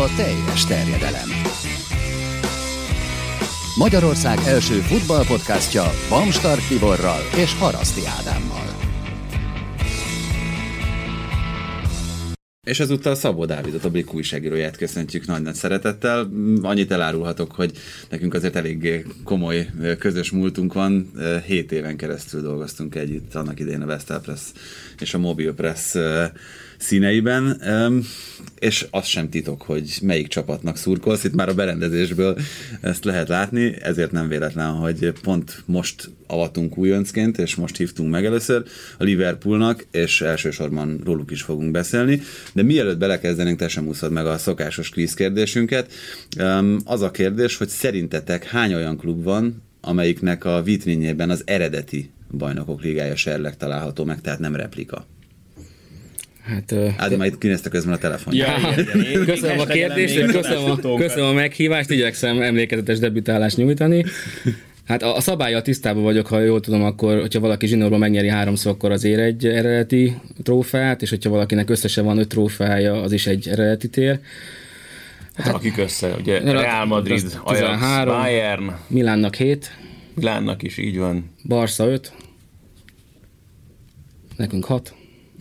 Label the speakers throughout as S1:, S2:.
S1: a teljes terjedelem. Magyarország első futballpodcastja Bamstart Tiborral és Haraszti Ádámmal.
S2: És ezúttal Szabó Dávidot, a Blik újságíróját köszöntjük nagy-nagy szeretettel. Annyit elárulhatok, hogy nekünk azért eléggé komoly közös múltunk van. 7 éven keresztül dolgoztunk együtt, annak idején a Vestel Press és a Mobil Press színeiben, és az sem titok, hogy melyik csapatnak szurkolsz. Itt már a berendezésből ezt lehet látni, ezért nem véletlen, hogy pont most avatunk újoncként, és most hívtunk meg először a Liverpoolnak, és elsősorban róluk is fogunk beszélni. De mielőtt belekezdenénk, te sem úszod meg a szokásos kvízkérdésünket. Az a kérdés, hogy szerintetek hány olyan klub van, amelyiknek a vitrínjében az eredeti Bajnokok Ligája serleg található meg, tehát nem replika? Ádám, majd kinézte közben a telefon.
S3: Ja, köszönöm a kérdést, köszönöm a meghívást, igyekszem emlékezetes debütálást nyújtani. Hát a szabállyal tisztában vagyok, ha jól tudom, akkor, hogyha valaki zsinórban megnyeri 3-szor, akkor az ér egy eredeti trófeát, és hogyha valakinek összesen van 5 trófeája, az is egy eredeti tér.
S4: Hát akik össze, ugye Real Madrid, Ajax, Bayern.
S3: Milánnak 7.
S4: Milánnak is, így van.
S3: Barca 5. Nekünk 6.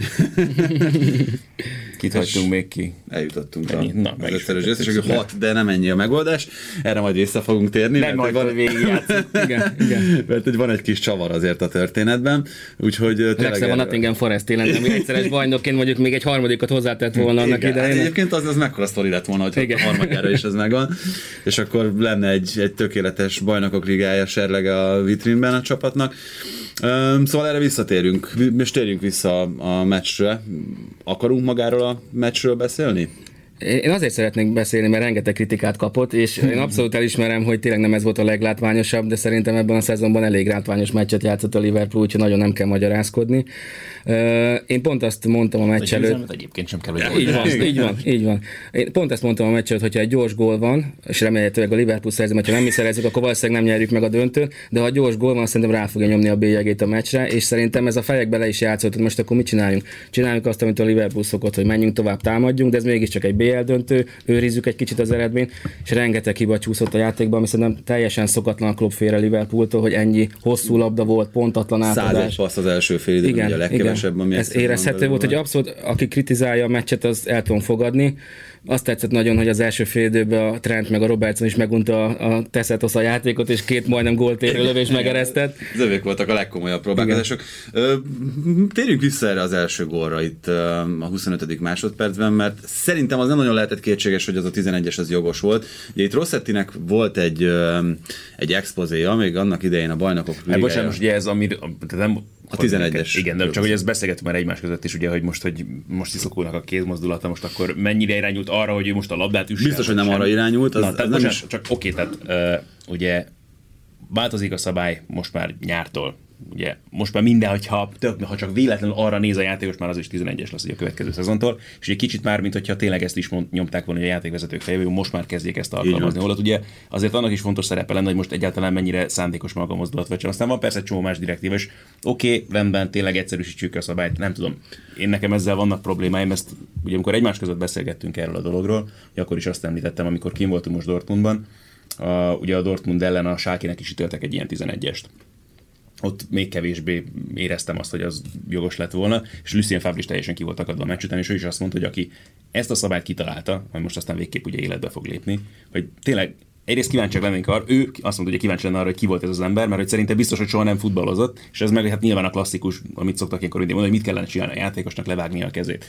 S4: Kit hagytunk még ki?
S2: Eljutottunk az egyszerűs összességű 6, de nem ennyi a megoldás. Erre majd vissza fogunk térni.
S4: Nem majd végigjátszunk.
S2: Igen. Mert hogy van egy kis csavar azért a történetben. Úgyhogy
S3: legszebb a Nottingham Forest télen, ami egyszeres bajnokként mondjuk még egy harmadikat hozzátett volna annak idején.
S2: Hát egyébként az mekkora sztori lett volna, hogy a harmadjára is ez megvan. És akkor lenne egy tökéletes Bajnokok Ligája serlege a vitrínben a csapatnak. Szóval erre visszatérünk, és térjünk vissza a meccsre. Akarunk magáról a meccsről beszélni?
S3: Én azért szeretnék beszélni, mert rengeteg kritikát kapott, és én abszolút elismerem, hogy tényleg nem ez volt a leglátványosabb, de szerintem ebben a szezonban elég látványos meccset játszott a Liverpool, úgyhogy nagyon nem kell magyarázkodni. Én pont azt mondtam a meccs előtt...
S4: Egyébként sem kell, hogy
S3: így van. Én pont ezt mondtam a meccs előtt, hogyha egy gyors gól van, és remélhetőleg a Liverpool szerzi, mert ha nem is szerezzük, akkor valószínűleg nem nyerjük meg a döntőt, de ha gyors gól van, szerintem rá fogja nyomni a bélyegét a meccsre, és szerintem ez a fejekbe le is játszott, hogy most akkor mit csináljunk? Csináljuk azt, amit a Liverpool szokott, hogy menjünk tovább, támadjunk, de ez mégiscsak egy BL döntő, őrizzük egy kicsit az eredményt, és rengeteg hiba csúszott a játékban, ami szerintem teljesen szokatlan a klub félre Liverpooltól, hogy ennyi hosszú labda volt, pontatlan átadás.
S2: 101 passz az első fél időben, ugye a legkevesebb, ami
S3: ez érezhető volt, hogy abszolút, aki kritizálja a meccset, az el tudom fogadni. Azt tetszett nagyon, hogy az első fél időben a Trent meg a Robertson is megunta a Tessetos a játékot, és 2 majdnem góltérő lövés megeresztett.
S2: Az övék voltak a legkomolyabb próbálkozások. Térjünk vissza erre az első gólra itt a 25. másodpercben, mert szerintem az nem nagyon lehetett kétséges, hogy az a 11-es az jogos volt. Ugye itt Rossettinek volt egy expozéja, még annak idején a Bajnokok Ligája.
S4: Bocsánat, most ugye ez, nem
S2: a 11-es.
S4: Igen, de csak hogy ezt beszélgetünk már egymás között is, ugye, hogy most Sissoko-nak a kézmozdulata most akkor mennyire irányult arra, hogy ő most a labdát üsse.
S2: Biztos, hogy nem arra irányult. Az,
S4: tehát nem is... Csak oké, tehát ugye változik a szabály most már nyártól. Ugye most már minden, ha csak véletlenül arra néz a játékos, már az is 11-es lesz ugye a következő szezontól, és egy kicsit már, mint hogyha tényleg ezt is nyomták volna, hogy a játékvezetők fejéből, most már kezdjék ezt alkalmazni. Holott ugye azért annak is fontos szerepe lenne, hogy most egyáltalán mennyire szándékos maga mozdulat vagy sem. Aztán van persze egy csomó más direktíva, és oké, rendben, tényleg egyszerűsítsük a szabályt, nem tudom. Én nekem ezzel vannak problémáim, ezt ugye amikor egymás között beszélgettünk erről a dologról, akkor is azt említettem, amikor kim voltunk most Dortmundban, ugye a Dortmund ellen a Schalkének is ítéltek egy ilyen 11-est. Ott még kevésbé éreztem azt, hogy az jogos lett volna, és Lucien Favre is teljesen ki volt akadva a meccs után, és ő is azt mondta, hogy aki ezt a szabályt kitalálta, majd most aztán végképp ugye életbe fog lépni, hogy tényleg egyrészt kíváncsiak lennénk arra, ő azt mondta, hogy kíváncsi lenne arra, hogy ki volt ez az ember, mert hogy szerintem biztos, hogy soha nem futballozott, és ez meg hát nyilván a klasszikus, amit szoktak ilyenkor mondani, hogy mit kellene csinálni a játékosnak, levágni a kezét.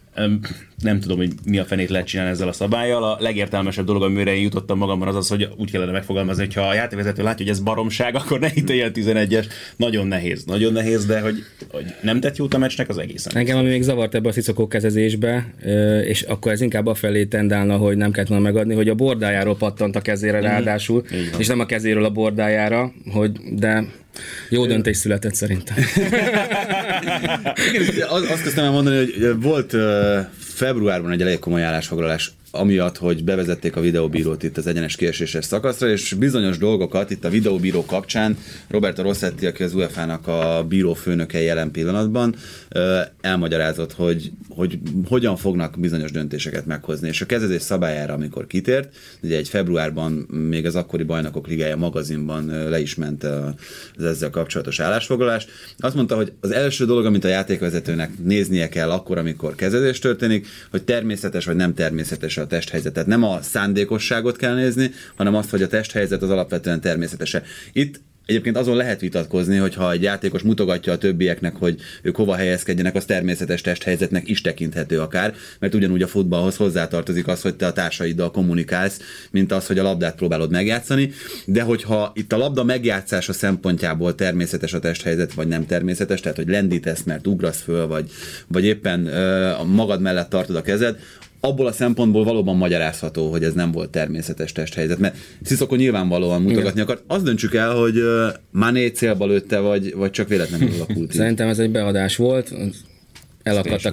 S4: Nem tudom, hogy mi a fenét lehet csinálni ezzel a szabállyal. A legértelmesebb dolog, amire én jutottam magamban, az, hogy úgy kellene megfogalmazni, hogy ha a játékvezető látja, hogy ez baromság, akkor ne ítéljen 11-es. Nagyon nehéz, de hogy nem tett jót a meccsnek, az egészen.
S3: Engem ami még zavart ebbe a Sissoko kezezésbe, és akkor ez inkább afelé tendálna, hogy nem kellett volna megadni, hogy a bordájáról pattant a kezére ráadásul, és nem a kezéről a bordájára, de jó döntés született szerintem.
S2: Azt kezdtem el mondani, hogy volt februárban egy elég komoly állásfoglalás amiatt, hogy bevezették a videóbírót itt az egyenes kieséses szakaszra, és bizonyos dolgokat itt a videóbíró kapcsán Roberto Rossetti, aki az UEFA-nak a bírófőnöke jelen pillanatban, elmagyarázott, hogy hogyan fognak bizonyos döntéseket meghozni. És a kezezés szabályára, amikor kitért, ugye egy februárban még az akkori Bajnokok Ligája magazinban le is ment az ezzel kapcsolatos állásfoglalás. Azt mondta, hogy az első dolog, amit a játékvezetőnek néznie kell akkor, amikor kezezés történik, hogy természetes vagy nem természetes a testhelyzet. Tehát nem a szándékosságot kell nézni, hanem azt, hogy a testhelyzet az alapvetően természetese. Itt egyébként azon lehet vitatkozni, hogy ha egy játékos mutogatja a többieknek, hogy ők hova helyezkedjenek, az természetes testhelyzetnek is tekinthető akár, mert ugyanúgy a futballhoz hozzátartozik az, hogy te a társaiddal kommunikálsz, mint az, hogy a labdát próbálod megjátszani, de hogyha itt a labda megjátszása szempontjából természetes a testhelyzet, vagy nem természetes, tehát hogy lendítesz, mert ugrasz föl, vagy éppen magad mellett tartod a kezed, abból a szempontból valóban magyarázható, hogy ez nem volt természetes testhelyzet, mert Sissoko nyilvánvalóan mutogatni akart. Azt döntsük el, hogy Mané célba lőtte, vagy csak véletlenül alakult.
S3: Szerintem ez egy beadás volt, elakadt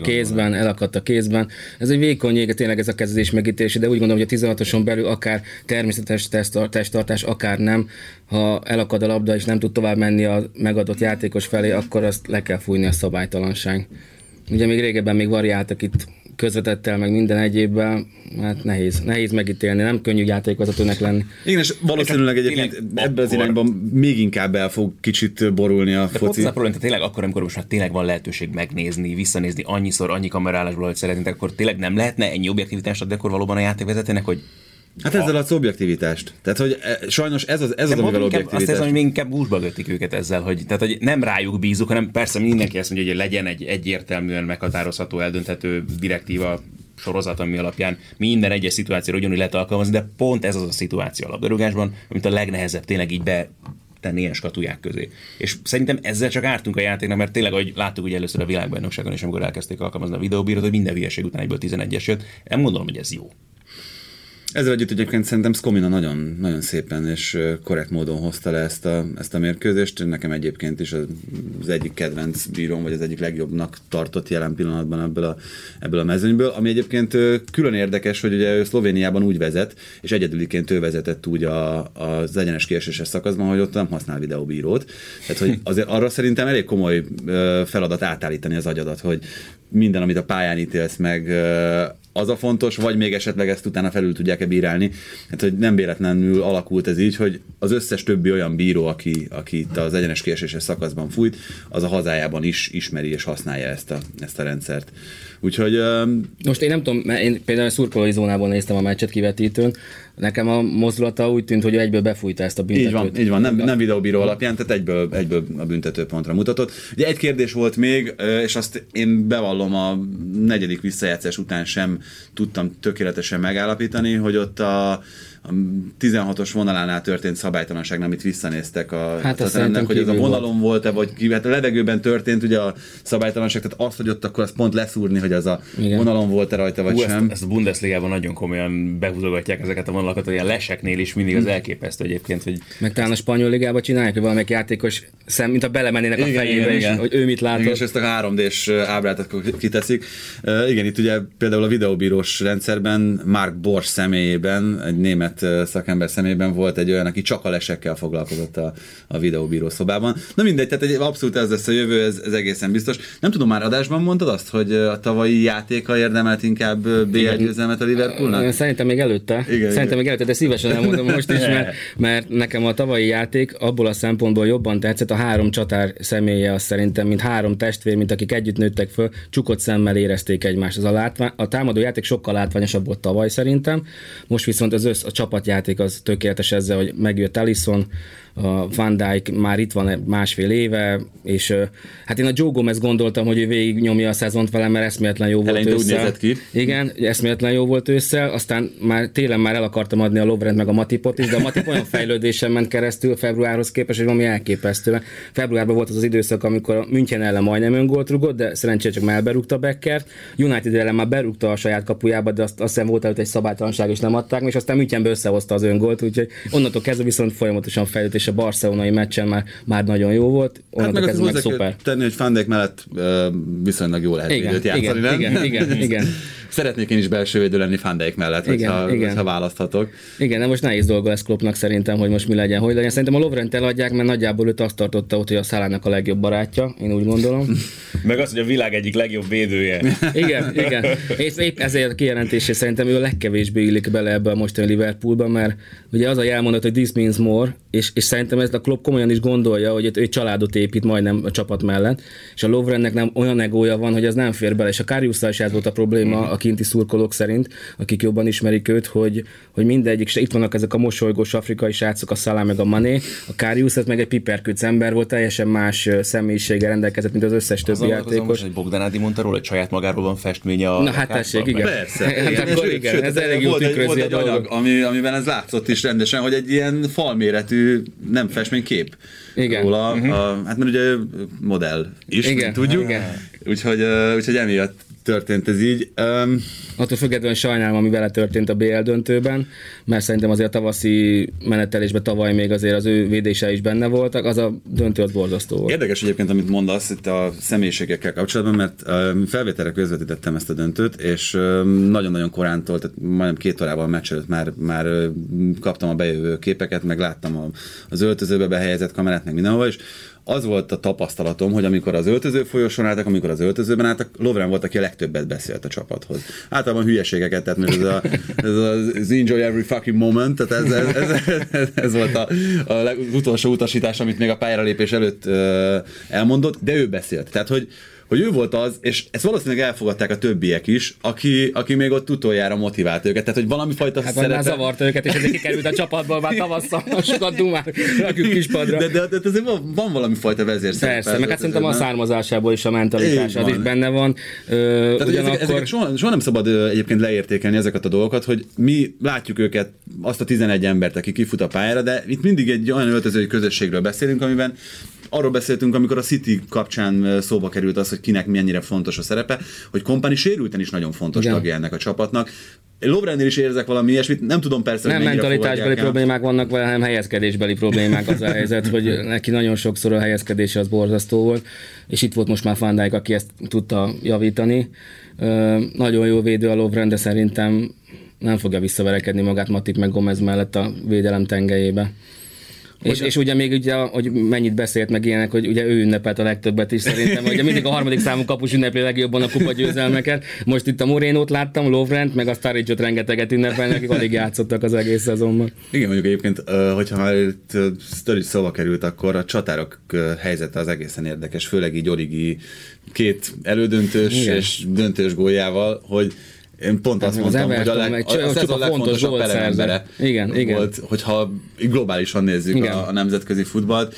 S3: a kézben. Ez egy vékony jég, tényleg ez a kezdés megítélése, de úgy gondolom, hogy a 16-oson belül akár természetes testtartás, akár nem, ha elakad a labda és nem tud tovább menni a megadott játékos felé, akkor azt le kell fújni, a szabálytalanság. Ugye még régebben még variáltak itt közvetettel, meg minden egyébben, hát nehéz megítélni, nem könnyű játékvezetőnek lenni.
S2: Igen, és valószínűleg egyébként ebben az irányban még inkább el fog kicsit borulni a foci.
S4: De pont tényleg akkor, amikor most már tényleg van lehetőség megnézni, visszanézni annyiszor, annyi kamerálásból, hogy szeretnétek, akkor tényleg nem lehetne ennyi objektivitást adni akkor valóban a játékvezetőnek, hogy
S2: hát ezzel a objektivitást. Tehát, hogy sajnos ez az amivel objektivitás. Azt
S4: hiszem, hogy még inkább gúzsba göttik őket ezzel, hogy nem rájuk bízunk, hanem persze mindenki azt mondja, hogy legyen egy egyértelműen meghatározható, eldönthető direktíva sorozat, ami alapján minden egyes szituációra ugyanúgy lehet alkalmazni, de pont ez az a szituáció a labdarúgásban, amit a legnehezebb tényleg így tenni ilyen skatuják közé. És szerintem ezzel csak ártunk a játéknak, mert tényleg, ahogy láttuk ugye először a világbajnokságon is, amikor elkezdték alkalmazni a videóbírót, hogy minden hülyeség után egyből 11-es jött. Nem gondolom, hogy ez jó.
S2: Ezzel együtt egyébként szerintem Skomina nagyon, nagyon szépen és korrekt módon hozta le ezt a mérkőzést. Nekem egyébként is az egyik kedvenc bíróm, vagy az egyik legjobbnak tartott jelen pillanatban ebből a mezőnyből, ami egyébként külön érdekes, hogy ugye ő Szlovéniában úgy vezet, és egyedüliként ő vezetett úgy az egyenes kieséses szakaszban, hogy ott nem használ videóbírót. Tehát, hogy azért arra szerintem elég komoly feladat átállítani az agyadat, hogy minden, amit a pályán ítélsz meg, az a fontos, vagy még esetleg ezt utána felül tudják-e bírálni. Hát, hogy nem véletlenül alakult ez így, hogy az összes többi olyan bíró, aki itt az egyenes kieséses szakaszban fújt, az a hazájában is ismeri és használja ezt a rendszert. Úgyhogy...
S3: Most én nem tudom, mert én például a szurkolói zónából néztem a meccset kivetítőn, nekem a mozdulata úgy tűnt, hogy egyből befújta ezt a büntetőt.
S2: Így van, nem videóbíró alapján, tehát egyből a büntetőpontra mutatott. Ugye egy kérdés volt még, és azt én bevallom, a 4. visszajátszás után sem tudtam tökéletesen megállapítani, hogy ott a 16-os vonalánál történt szabálytalanság, amit visszanéztek ennek, hogy ez a vonalon volt-e, vagy a levegőben történt ugye a szabálytalanság, tehát azt, hogy ott akkor azt pont leszúrni, hogy az a vonalon volt-e rajta, vagy sem.
S4: Ezt a Bundesligában nagyon komolyan behúzogatják ezeket a vonalakat, hogy a leseknél is mindig az elképesztő egyébként, hogy...
S3: Meg talán a spanyol ligában csinálják, hogy valamelyik játékos mint a belemennének a fejébe is, hogy ő mit látott.
S2: Igen, és ezt a 3D-s ábrát akkor kiteszik. Igen, itt ugye például a videóbírós rendszerben Mark Borsch személyében, egy német szakember személyében volt egy olyan, aki csak a lesekkel foglalkozott a videóbíró szobában. Na mindegy, tehát abszolút ez lesz a jövő, ez egészen biztos. Nem tudom, már adásban mondtad azt, hogy a tavalyi játéka érdemelt inkább BL győzelmet a Liverpoolnak?
S3: Szerintem még előtte. De szívesen elmondom most is, mert nekem a tavalyi játék abból a szempontból jobban tetszett, a 3 csatár személye az szerintem, mint 3 testvér, mint akik együtt nőttek föl, csukott szemmel érezték egymást. A támadó játék sokkal látványosabb volt tavaly szerintem, most viszont a csapatjáték az tökéletes ezzel, hogy megjött Alisson, a Van Dijk már itt van 1,5 éve, és hát én a Joe Gomez gondoltam, hogy ő végig nyomja a szezont velem, mert eszméletlen jó volt ősszel.
S2: Úgy nézett ki.
S3: Igen, eszméletlen jó volt ősszel, aztán már télen már el akartam adni a Lovrent meg a Matipot is, de a Matip olyan fejlődésen ment keresztül februárhoz képest, hogy valami elképesztő. Februárban volt az időszak, amikor a München ellen majdnem öngolt rugott, de szerencsére csak már berúgta Beckert. United ellen már berúgta a saját kapujába, de azt hiszem volt előtt egy szabálytalanság, és nem adták, és aztán Münchenből összehozta az öngolt, úgyhogy onnantól kezdve viszont folyamatosan fejlődött, és a barcelonai meccsen már nagyon jó volt.
S2: Onnantól kezdve meg szuper. Tenni, hogy Van Dijk mellett viszonylag jó lehet időt játszani, nem?
S3: Igen.
S2: szeretnék én is belső védő lenni Van Dijk mellett, hogyha választhatok.
S3: Igen, de most nehéz dolga lesz Kloppnak szerintem, hogy most mi legyen, hogy legyen. Szerintem a Lovrent eladják, mert nagyjából őt azt tartotta ott, hogy a Salának a legjobb barátja, én úgy gondolom.
S4: Meg az, hogy a világ egyik legjobb védője.
S3: Igen. És épp ezért kijelentésé szerintem ő a legkevésbé illik bele ebbe a mostani Liverpoolba, mert ugye az a jelmondat, hogy this means more, és szerintem ezt a Klopp komolyan is gondolja, hogy ő családot épít majdnem a csapat mellett, és a Lovrennek nem olyan egója van, hogy ez nem fér bele, és a Kariusszal is ez volt a probléma a kinti szurkolók szerint, akik jobban ismerik őt, hogy mindegyik, és itt vannak ezek a mosolygós afrikai srácok, a Salah meg a Mané, a Kariusz ez meg egy piperkőc ember volt, teljesen más személyiséggel rendelkezett, mint az összes többi játékos.
S4: Hogy Bogdanádi mondta róla, hogy saját magáról van festménye a...
S3: Na hát tessék, igen.
S2: Persze.
S3: Hát akkor igen, ez elég jól tükrözi a dolgot.
S2: Amiben ez látszott is rendesen, hogy egy ilyen falméretű, nem festménykép róla. Hát mert ugye modell is,
S3: igen,
S2: tudjuk.
S3: Igen.
S2: Úgyhogy emiatt történt ez így.
S3: Attól függetlenül sajnálom, ami vele történt a BL döntőben, mert szerintem azért a tavaszi menetelésben tavaly még azért az ő védése is benne voltak, az a döntő az borzasztó volt.
S2: Érdekes egyébként, amit mondasz itt a személyiségekkel kapcsolatban, mert felvételre közvetítettem ezt a döntőt, és nagyon-nagyon korántól, tehát majdnem 2 órával a meccs előtt már kaptam a bejövő képeket, meg láttam az öltözőbe behelyezett kamerát, meg mindenhol, és az volt a tapasztalatom, hogy amikor az öltöző folyosón álltak, amikor az öltözőben álltak, Lovren volt, aki a legtöbbet beszélt a csapathoz. Általában hülyeségeket, tehát ez az enjoy every fucking moment, tehát ez volt az utolsó utasítás, amit még a pályára lépés előtt elmondott, de ő beszélt. Tehát, hogy ő volt az, és ezt valószínűleg elfogadták a többiek is, aki még ott utoljára motivált őket. Tehát, hogy valami fajta
S3: szerepe... már zavarta őket, és ezért kikerült a csapatból, már tavasszal sokat dumál, rakjuk kispadra.
S2: De azért van valami fajta vezérszerepe.
S3: Persze, meg hát szerintem a származásából is a mentalitás az is benne van.
S2: Tehát, ezeket soha nem szabad egyébként leértékelni ezeket a dolgokat, hogy mi látjuk őket, azt a 11 embert, aki kifut a pályára, de itt mindig egy olyan öltözői közösségről beszélünk, amiben arról beszéltünk, amikor a City kapcsán szóba került az, hogy kinek mennyire fontos a szerepe, hogy Kompany sérülten is nagyon fontos tagja ennek a csapatnak. Lovrennél is érzek valami ilyesmit, nem tudom persze,
S3: nem mentalitásbeli problémák vannak vele, hanem helyezkedésbeli problémák az a helyzet, hogy neki nagyon sokszor a helyezkedése az borzasztó volt, és itt volt most már Van Dijk, aki ezt tudta javítani. Nagyon jó védő a Lovren, de szerintem nem fogja visszaverekedni magát Matip meg Gomez mellett a védelem tengelyébe. És ugye még ugye, hogy mennyit beszélt meg ilyenek, hogy ugye ő ünnepelt a legtöbbet is szerintem, ugye mindig a 3. számú kapus ünnepli legjobban a kupagyőzelmeket. Most itt a Morénót láttam, Lovrent, meg a Sturridge-ot rengeteget ünnepelni, akik alig játszottak az egész szezonban.
S2: Igen, mondjuk egyébként, hogyha már Sturridge szóba került, akkor a csatárok helyzete az egészen érdekes, főleg így Origi 2 elődöntős és döntős góljával, hogy én pont azt mondtam, hogy a szezon legfontosabb peremembere volt, hogyha globálisan nézzük a nemzetközi futballt.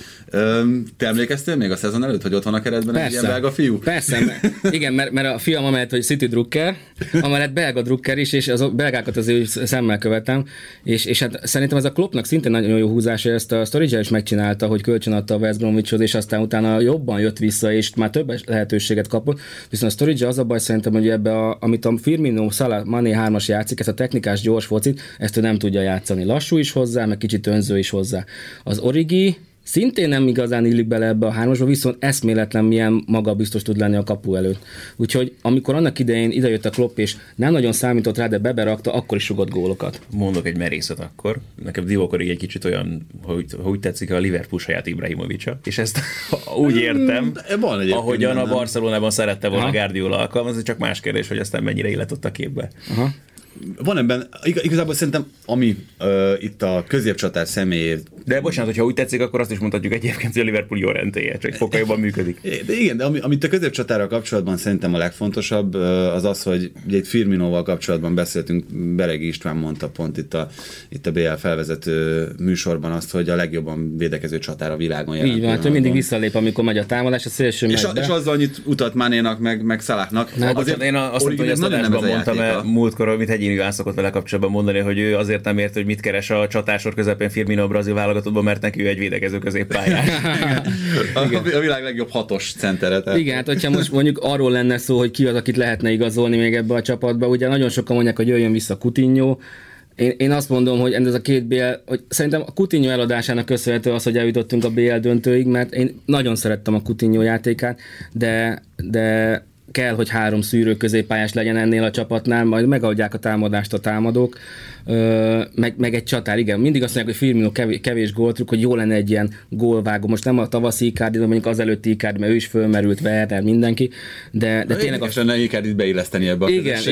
S2: Te emlékeztél még a szezon előtt, hogy ott van a keretben egy ilyen belga fiú?
S3: Persze, igen, mert a fiam amellett, hogy City drukker, amellett belga drukker is, és a belgákat azért szemmel követem, és hát szerintem ez a Kloppnak szintén nagyon jó húzása, ezt a Sturridge is megcsinálta, hogy kölcsönadta a West Bromwichhoz, és aztán utána jobban jött vissza, és már több lehetőséget kapott. Viszont a Sturridge az a baj szerintem, hogy amit a Firmino, Salah, Mané 3-as játszik, ezt a technikás gyors focit, ezt ő nem tudja játszani. Lassú is hozzá, meg kicsit önző is hozzá. Az Origi szintén nem igazán illik bele ebbe a 3-asba, viszont eszméletlen milyen magabiztos tud lenni a kapu előtt. Úgyhogy amikor annak idején idejött a Klopp, és nem nagyon számított rá, de beberakta, akkor is rugott gólokat.
S4: Mondok egy merészet akkor. Nekem Divock Origi egy kicsit olyan, hogy úgy tetszik, a Liverpool saját Ibrahimovicsa, és ezt úgy értem, ahogyan a Barcelonában szerette volna Guardiola alkalmazni, csak más kérdés, hogy aztán mennyire illett a képbe.
S3: Aha.
S2: Van ebben, igazából szerintem, ami itt a középcsatár személyét...
S4: De bocsánat, hogyha úgy tetszik, akkor azt is mondhatjuk egyébként, hogy a Liverpool Llorentéje, csak fokkal jobban működik.
S2: De igen, de amit a középcsatárral kapcsolatban szerintem a legfontosabb, az az, hogy ugye itt Firminóval kapcsolatban beszéltünk, Beregi István mondta pont itt a BL felvezető műsorban azt, hogy a legjobban védekező csatár a világon jelen.
S3: Így van, hogy mindig visszalép, amikor megy a támadás, a szélső meccsbe. És
S2: azzal annyit utat Manénak, meg Salahnak.
S4: Azért én azt mondtam, hogy ezt adásban mondtam múltkor, amit Hegyéni Iván szokott vele kapcsolatban mondani, hogy ő azért nem ért, hogy mit keres a csatásor közepén Firmino a brazil válogatottban, mert neki ő egy védekező középpályás.
S2: A világ legjobb 6-os centere.
S3: Igen, hát hogyha most mondjuk arról lenne szó, hogy ki az, akit lehetne igazolni még ebbe a csapatba, ugye nagyon sokan mondják, hogy jöjjön vissza Coutinho. Én azt mondom, hogy ez a két BL, hogy szerintem a Coutinho eladásának köszönhető az, hogy eljutottunk a BL döntőig, mert én nagyon szerettem a Coutinho játékát, de kell, hogy 3 szűrő középpályás legyen ennél a csapatnál, majd megadják a támadást a támadók, meg egy csatár, igen. Mindig azt mondják, hogy Firmino kevés góltrükk, hogy jó lenne egy ilyen gólvágó. Most nem a tavaszi Icardi, de mondjuk az előtti Icardi, mert ő is fölmerült, Werner, mindenki, de tényleg
S2: azt mondja, Icardit beilleszteni ebbe a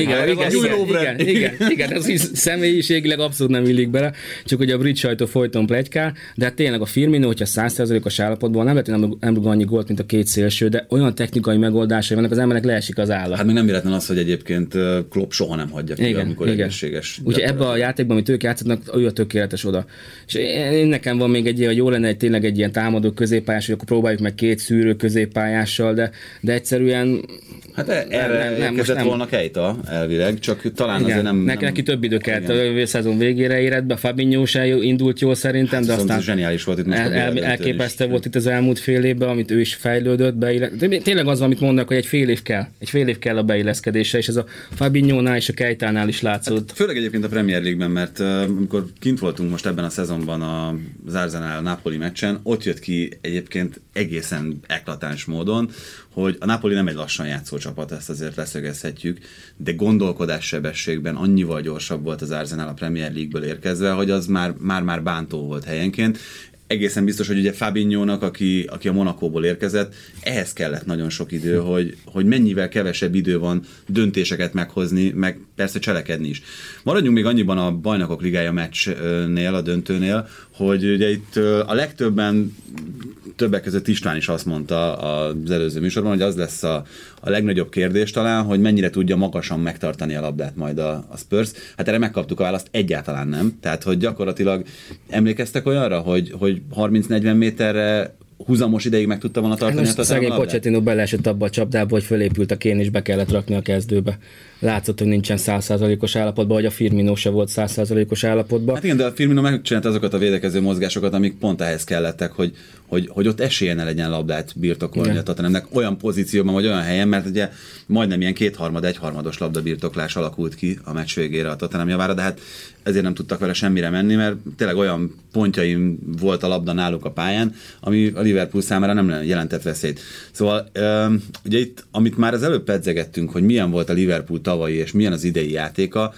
S3: igen, az is személyiségileg abszolút nem illik bele, csak hogy a brit sajtó folyton pletykál, de hát tényleg a Firmino, hogyha 100%-os állapotban nem lehet, hogy nem rúg annyi gólt, mint a 2 szélső, de olyan technikai megoldásai vannak, az embernek leesik az állat.
S2: Hát még nem véletlen az, hogy egyébként Klopp soha nem hagyja ki, amikor egészséges.
S3: Úgyhogy ebben a játékban, amit ők játszanak, ő a tökéletes oda. És nekem van még egy ilyen, hogy jó lenne tényleg egy ilyen támadó középpályás, hogy akkor próbáljuk meg 2 szűrő középpályással, de egyszerűen
S2: hát erre érkezett volna Keita elvileg, csak talán
S3: igen,
S2: azért nem...
S3: Neki több idő kellett, a szezon végére érett be, Fabinho se indult jól szerintem, hát, de aztán
S2: zseniális volt itt most
S3: elképesztő volt itt az elmúlt fél évben, amit ő is fejlődött, de tényleg az, amit mondanak, hogy egy fél év kell a beilleszkedésre, és ez a Fabinho-nál és a Keitánál is látszott.
S2: Hát, főleg egyébként a Premier League-ben, mert amikor kint voltunk most ebben a szezonban az Arsenal-Napoli meccsen, ott jött ki egyébként egészen eklatáns módon, hogy a Napoli nem egy lassan játszó csapat, ezt azért leszögezhetjük, de gondolkodássebességben annyival gyorsabb volt az Arsenal a Premier League-ből érkezve, hogy az már bántó volt helyenként. Egészen biztos, hogy ugye Fabinho-nak, aki a Monakóból érkezett, ehhez kellett nagyon sok idő, hogy mennyivel kevesebb idő van döntéseket meghozni, meg persze cselekedni is. Maradjunk még annyiban a Bajnokok Ligája meccsnél, a döntőnél, hogy ugye itt a legtöbben, többek között István is azt mondta az előző műsorban, hogy az lesz a legnagyobb kérdés talán, hogy mennyire tudja magasan megtartani a labdát majd a Spurs. Hát erre megkaptuk a választ, egyáltalán nem. Tehát, hogy gyakorlatilag emlékeztek olyanra, hogy 30-40 méterre húzamos ideig meg tudta volna tartani
S3: a szegény Pochettino beleesett abba a csapdába, hogy fölépült a kén és be kellett rakni a kezdőbe. Látszott, hogy nincsen 100%-os állapotban, vagy a Firmino se volt 100%-os állapotban.
S2: Hát igen, de a Firmino megcsinálta azokat a védekező mozgásokat, amik pont ehhez kellettek, hogy ott esélye ne legyen labdát birtokolni a Tottenhamnek olyan pozícióban, vagy olyan helyen, mert ugye majdnem ilyen 2/3-1/3-os labdabirtoklás alakult ki a meccs végére a Tottenham javára, de hát ezért nem tudtak vele semmire menni, mert tényleg olyan pontjaim volt a labda náluk a pályán, ami a Liverpool számára nem jelentett veszélyt. Szóval ugye itt, amit már az előbb pedzegettünk, hogy milyen volt a Liverpool tavalyi és milyen az idei játéka,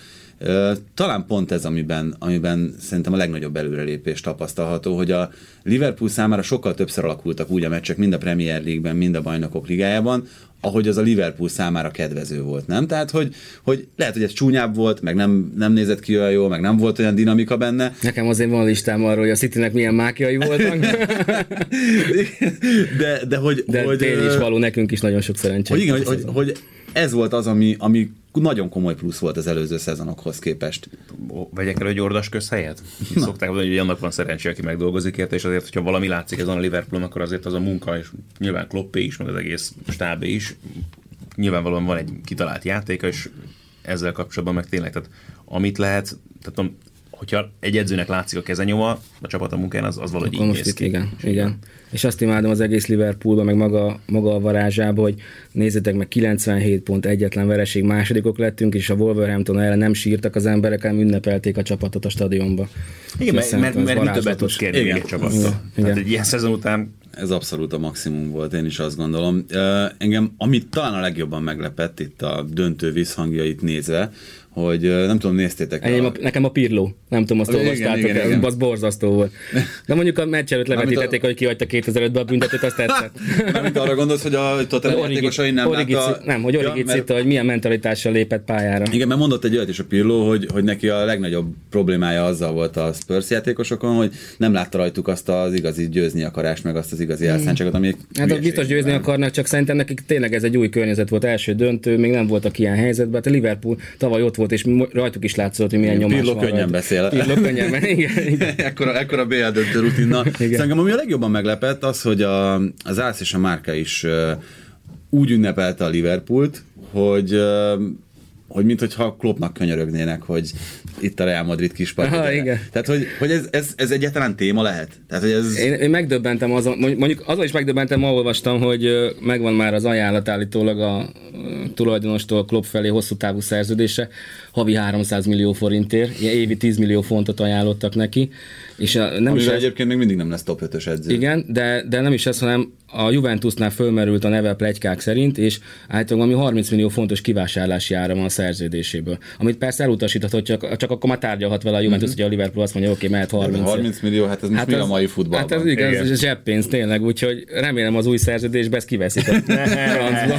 S2: talán pont ez, amiben szerintem a legnagyobb előrelépés tapasztalható, hogy a Liverpool számára sokkal többször alakultak úgy a meccsek, mind a Premier League-ben, mind a Bajnokok Ligájában, ahogy az a Liverpool számára kedvező volt, nem? Tehát, hogy lehet, hogy ez csúnyább volt, meg nem nézett ki olyan jól, meg nem volt olyan dinamika benne.
S3: Nekem azért van listám arról, hogy a Citynek milyen mákjai voltak.
S2: de
S3: tény is való, nekünk is nagyon sok szerencsét.
S2: Hogy igen, hogy ez volt az, ami nagyon komoly plusz volt az előző szezonokhoz képest.
S4: Vegyek el egy ordas közhelyet? Szokták mondani, hogy annak van szerencsé, aki megdolgozik érte, és azért, hogyha valami látszik ezen a Liverpoolon, akkor azért az a munka, és nyilván Kloppé is, meg az egész stábé is. Nyilvánvalóan van egy kitalált játéka, és ezzel kapcsolatban meg tényleg, tehát amit lehet, tehát hogyha egy edzőnek látszik a kezenyoma a csapat a munkán, az valahogy így néz ki.
S3: Igen. És azt imádom az egész Liverpoolban, meg maga a varázsában, hogy nézzétek meg, 97 pont, egyetlen vereség, másodikok lettünk, és a Wolverhampton ellen nem sírtak az emberek, hanem ünnepelték a csapatot a stadionba.
S4: Igen, mert mi többet tudsz kérni egy csapattól. Tehát egy ilyen szezon után
S2: ez abszolút a maximum volt, én is azt gondolom. Engem, amit talán a legjobban meglepett itt a döntő visszhangjait nézve, hogy nem tudom, néztétek.
S3: Nekem a Pirlo, nem tudom, azt olvastátok, az borzasztó volt. De mondjuk a meccs előtt levetítették, hogy kihagyta 2005-ben a büntetőt, azt tetszett.
S2: Mármint arra gondolsz, hogy a Tottenham játékosai nem látta...
S3: Nem, hogy Origi citta, hogy milyen mentalitással lépett pályára.
S2: Igen, mert mondott egy olyat is a Pirlo, hogy neki a legnagyobb problémája azzal volt a Spurs játékosokon, hogy nem látta rajtuk azt az igazi győzni akarást, meg azt az igazi elszántságot, ami...
S3: Hát biztos győzni akarnak, csak szerintem nekik tényleg ez egy új környezet volt, első döntő, még nem voltak ilyen helyzetben. Hát a Liverpool tavaly ott volt, és rajtuk is látszott, hogy milyen nyomás
S2: van. Pirlo könnyen beszél.
S3: Pirlo könnyen, igen.
S2: Ekkora BL döntő rutinna. Szerintem ami a legjobban meglepett az, hogy az Ász és a Márka is úgy ünnepelte a Liverpoolt, hogy hogy minthogyha Kloppnak könyörögnének, hogy itt a Real Madrid kispadja.
S3: Igen.
S2: Tehát, hogy ez egyáltalán téma lehet? Tehát, hogy ez...
S3: Én megdöbbentem azon, mondjuk azon is megdöbbentem, ma olvastam, hogy megvan már az ajánlat állítólag a tulajdonostól Klopp felé hosszú távú szerződése, havi 300 millió forintért, évi 10 millió fontot ajánlottak neki. És nem is
S2: egyébként még mindig nem lesz top 5-ös edző.
S3: Igen, de nem is ez, hanem a Juventusnál fölmerült a neve pletykák szerint, és általában valami 30 millió fontos kivásárlási ára van a szerződéséből. Amit persze elutasíthatod, csak akkor már tárgyalhat vele a Juventus, hogy a Liverpool azt mondja, oké, mehet 30.
S2: 30 millió, hát ez most mi a mai futballban?
S3: Hát ez igaz, ez zseppénz tényleg, úgyhogy remélem az új szerződésbe ezt kiveszik a francba.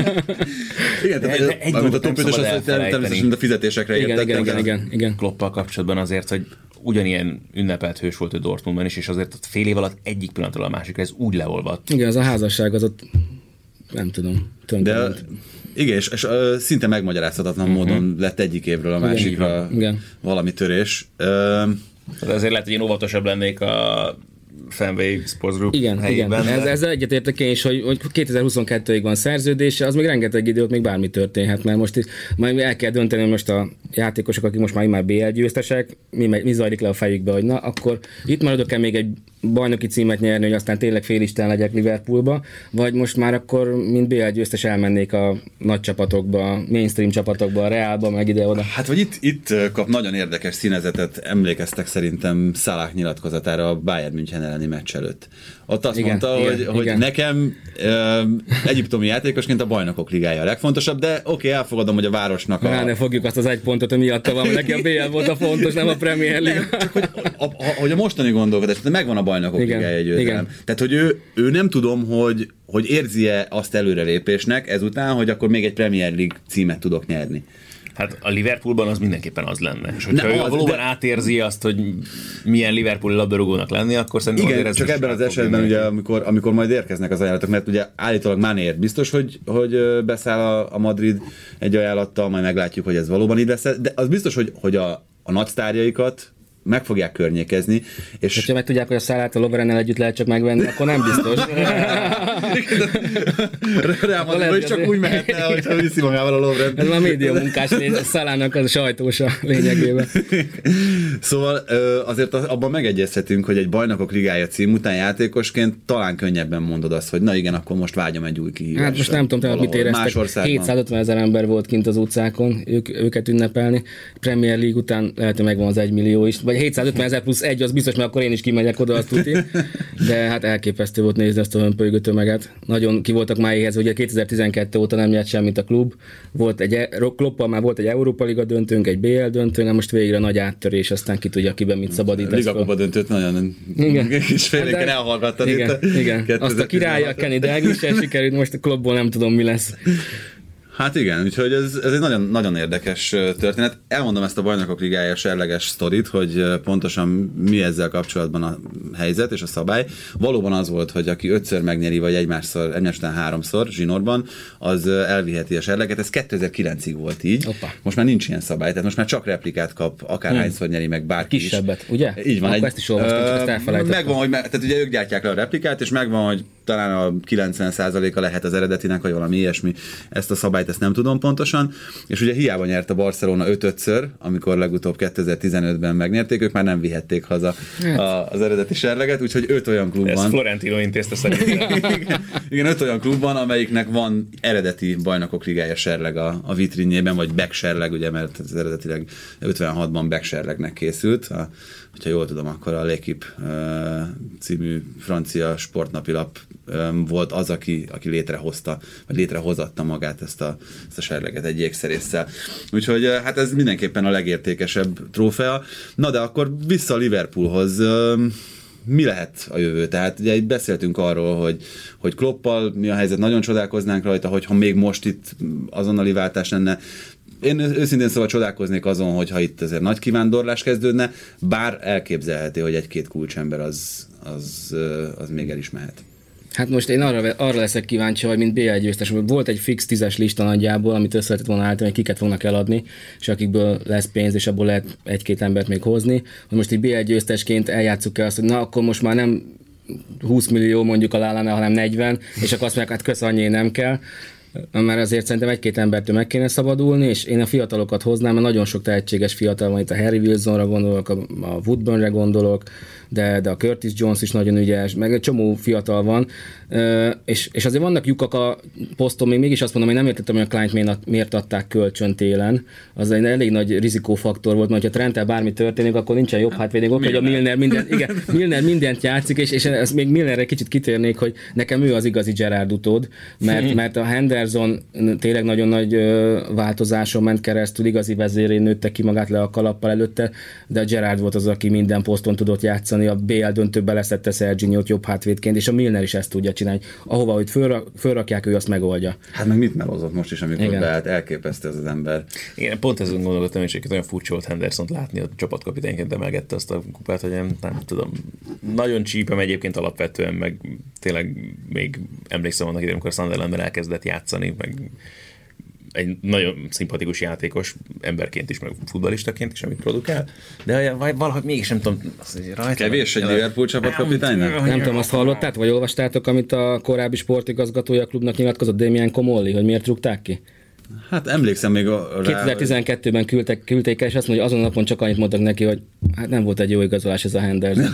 S2: Igen, tehát amit a top 5-ös természetesen a fizetésekre értek.
S3: Igen.
S4: Kloppal kapcsolatban azért, hogy ugyanilyen ünnepelt hős volt ő Dortmundban is, és azért fél év alatt egyik pillanatról a másikra ez úgy leolvadt.
S3: Igen, az a házasság az ott, nem tudom,
S2: de igen, és szinte megmagyarázhatatlan módon lett egyik évről a másikra valami törés.
S4: De azért lehet, hogy én óvatosabb lennék a Fenway Sports Group helyében.
S3: Igen. Ezzel egyetértek én is, hogy 2022-ig van szerződése, az még rengeteg idő, még bármi történhet, mert most majd el kell dönteni, hogy most a játékosok, akik most már BL győztesek, mi zajlik le a fejükbe, hogy na, akkor itt maradok-e még egy bajnoki címet nyerni, hogy aztán tényleg félisten legyek Liverpoolba, vagy most már akkor, mint BL győztes elmennék a nagy csapatokba, mainstream csapatokba, a Realba, meg ide-oda.
S2: Hát, vagy itt kap nagyon érdekes színezetet, emlékeztek szerintem Salah nyilatkozatára a Bayern München elleni meccs előtt. Ott azt mondta, hogy nekem egyiptomi játékosként a Bajnokok Ligája a legfontosabb, de oké, elfogadom, hogy a városnak
S3: ne fogjuk azt az egy pontot, hogy miatta van, neki a BL volt a fontos, nem a Premier League.
S2: Csak hogy a mostani gondolkodás, de megvan a Bajnokok Ligája győzelem. Tehát, hogy ő nem tudom, hogy érzi-e azt előrelépésnek ezután, hogy akkor még egy Premier League címet tudok nyerni.
S4: Hát a Liverpoolban az mindenképpen az lenne. És hogyha ő valóban átérzi azt, hogy milyen Liverpooli labdarúgónak lenni, akkor szerintem
S2: igen, csak ebben az esetben, ugye, amikor majd érkeznek az ajánlatok, mert ugye állítólag Manéért biztos, hogy beszáll a Madrid egy ajánlattal, majd meglátjuk, hogy ez valóban így lesz. De az biztos, hogy a nagy sztárjaikat meg fogják környékezni. És
S3: ha megtudják, hogy a Salát a Lovrenel együtt lehet csak megvenni, akkor nem biztos.
S2: Real Madrid csak úgy mehetne, hogyha viszi magával a Lovren.
S3: Ez a média munkás Salának az a sajtósa lényegében.
S2: Szóval azért abban megegyezhetünk, hogy egy Bajnokok Ligája cím után játékosként talán könnyebben mondod azt, hogy na igen, akkor most vágyom egy új kihívásra.
S3: Hát most nem tudom, mit éreztek. 750 000 ember volt kint az utcákon, őket ünnepelni. Premier League után lehet, hogy megvan az 1 millió is, vagy 750 000 plusz 1, az biztos, mert akkor én is kimegyek oda, azt tuti. De hát elképesztő volt nézni ezt a hömpölygő tömeget. Nagyon ki voltak májéhez, ugye 2012 óta nem nyert semmit a klub. Kloppal már volt egy Európa Liga döntőnk, egy BL döntőnk, most végre nagy áttörés, aztán ki tudja, kiben mit szabadít.
S2: Liga Kupa döntőt nagyon kis féléken elhallgattad.
S3: Igen. Azt a királya Kenny Dalglish-sel sikerült, most a klubból nem tudom, mi lesz.
S2: Hát igen, úgyhogy ez egy nagyon, nagyon érdekes történet. Elmondom ezt a Bajnokok Ligája serleges sztorit, hogy pontosan mi ezzel kapcsolatban a helyzet és a szabály. Valóban az volt, hogy aki 5-ször megnyeri, vagy egymás után 3-szor zsinórban, az elviheti a serleget. Ez 2009-ig volt így.
S3: Opa.
S2: Most már nincs ilyen szabály, tehát most már csak replikát kap, akárhányszor nyeri meg bárki is.
S3: Kisebbet, ugye?
S2: Így van.
S3: Akkor ezt is olvastam, csak ezt elfelejtettem.
S2: Megvan, hogy tehát ugye ők gyártják le a replikát, és megvan, hogy talán a 90%-a lehet az eredetinek, vagy valami ilyesmi. Ezt a szabályt ezt nem tudom pontosan, és ugye hiába nyert a Barcelona 5-5-ször, amikor legutóbb 2015-ben megnyerték, ők már nem vihették haza az eredeti serleget, úgyhogy 5 olyan klub van.
S4: Ez Florentino intézte szerintem.
S2: Igen, 5 olyan klub van, amelyiknek van eredeti Bajnokok Ligája serleg a vitrínjében, vagy back serleg, ugye, mert ez eredetileg 56-ban back serlegnek készült. Hogyha jól tudom, akkor a L'Équipe című francia sportnapilap volt az, aki létrehozta, vagy létrehozatta magát ezt a serleget egy jégszerésszel. Úgyhogy hát ez mindenképpen a legértékesebb trófea. Na de akkor vissza a Liverpoolhoz. Mi lehet a jövő? Tehát ugye itt beszéltünk arról, hogy Kloppal mi a helyzet, nagyon csodálkoznánk rajta, hogyha még most itt azonnali váltás lenne. Én őszintén szóval csodálkoznék azon, hogyha itt azért nagy kivándorlás kezdődne, bár elképzelhető, hogy egy-két kulcsember az még el is mehet.
S3: Hát most én arra leszek kíváncsi, hogy mint BL győztes, volt egy fix 10-es lista nagyjából, amit össze lehetett volna állítani, hogy kiket fognak eladni, és akikből lesz pénz, és abból lehet egy-két embert még hozni. Hogy most egy BL győztesként eljátsszuk el azt, hogy na akkor most már nem 20 millió mondjuk a Lallana, hanem 40, és akkor azt mondják, hát kösz, annyi nem kell. Mert azért szerintem egy-két embertől meg kéne szabadulni, és én a fiatalokat hoznám, mert nagyon sok tehetséges fiatal van, itt a Harry Wilsonra gondolok, a Woodburnre gondolok, de a Curtis Jones is nagyon ügyes, meg egy csomó fiatal van, és azért vannak lyukak a poszton, még mégis azt mondom, hogy nem értettem, hogy a Clint miért adták kölcsön télen. Az egy elég nagy rizikófaktor volt, mert ha Trenttel bármi történik, akkor nincsen jobb hátvédék, hogy a Milner mindent játszik, és ezt még Milnerre kicsit kitérnék, hogy nekem ő az igazi Gerrard utód, mert a Henderson tényleg nagyon nagy változáson ment keresztül, igazi vezérén nőtte ki magát le a kalappal előtte, de a Gerrard volt az, aki minden poszton tudott játszani, a BL döntőbe leszette Serginho-t jobb hátvédként, és a Milner is ezt tudja csinálni. Ahova, hogy fölrakják, ő azt megoldja.
S2: Hát meg mit melózott most is, amikor beállt, elképesztő ez az ember.
S4: Igen, pont ezen gondolkodtam, és olyan furcsa volt Hendersont látni, a csapatkapitányként emelgette azt a kupát, hogy nem tudom. Nagyon csípem egyébként alapvetően, meg tényleg még emlékszem annak idején, amikor Sunderlandben elkezdett játszani, meg egy nagyon szimpatikus játékos emberként is, meg futballistaként is, amit produkál, de valahogy mégis nem tudom, rajta...
S2: Kevés egy Liverpool csapatkapitánynak?
S3: Nem tudom, azt hallottátok, vagy olvastátok, amit a korábbi sportigazgatója a klubnak nyilatkozott, Damien Comolli, hogy miért rúgták ki?
S2: Hát emlékszem még rá...
S3: 2012-ben küldték el, és azt mondja, hogy azon a napon csak annyit mondtak neki, hogy hát nem volt egy jó igazolás ez a Henderson.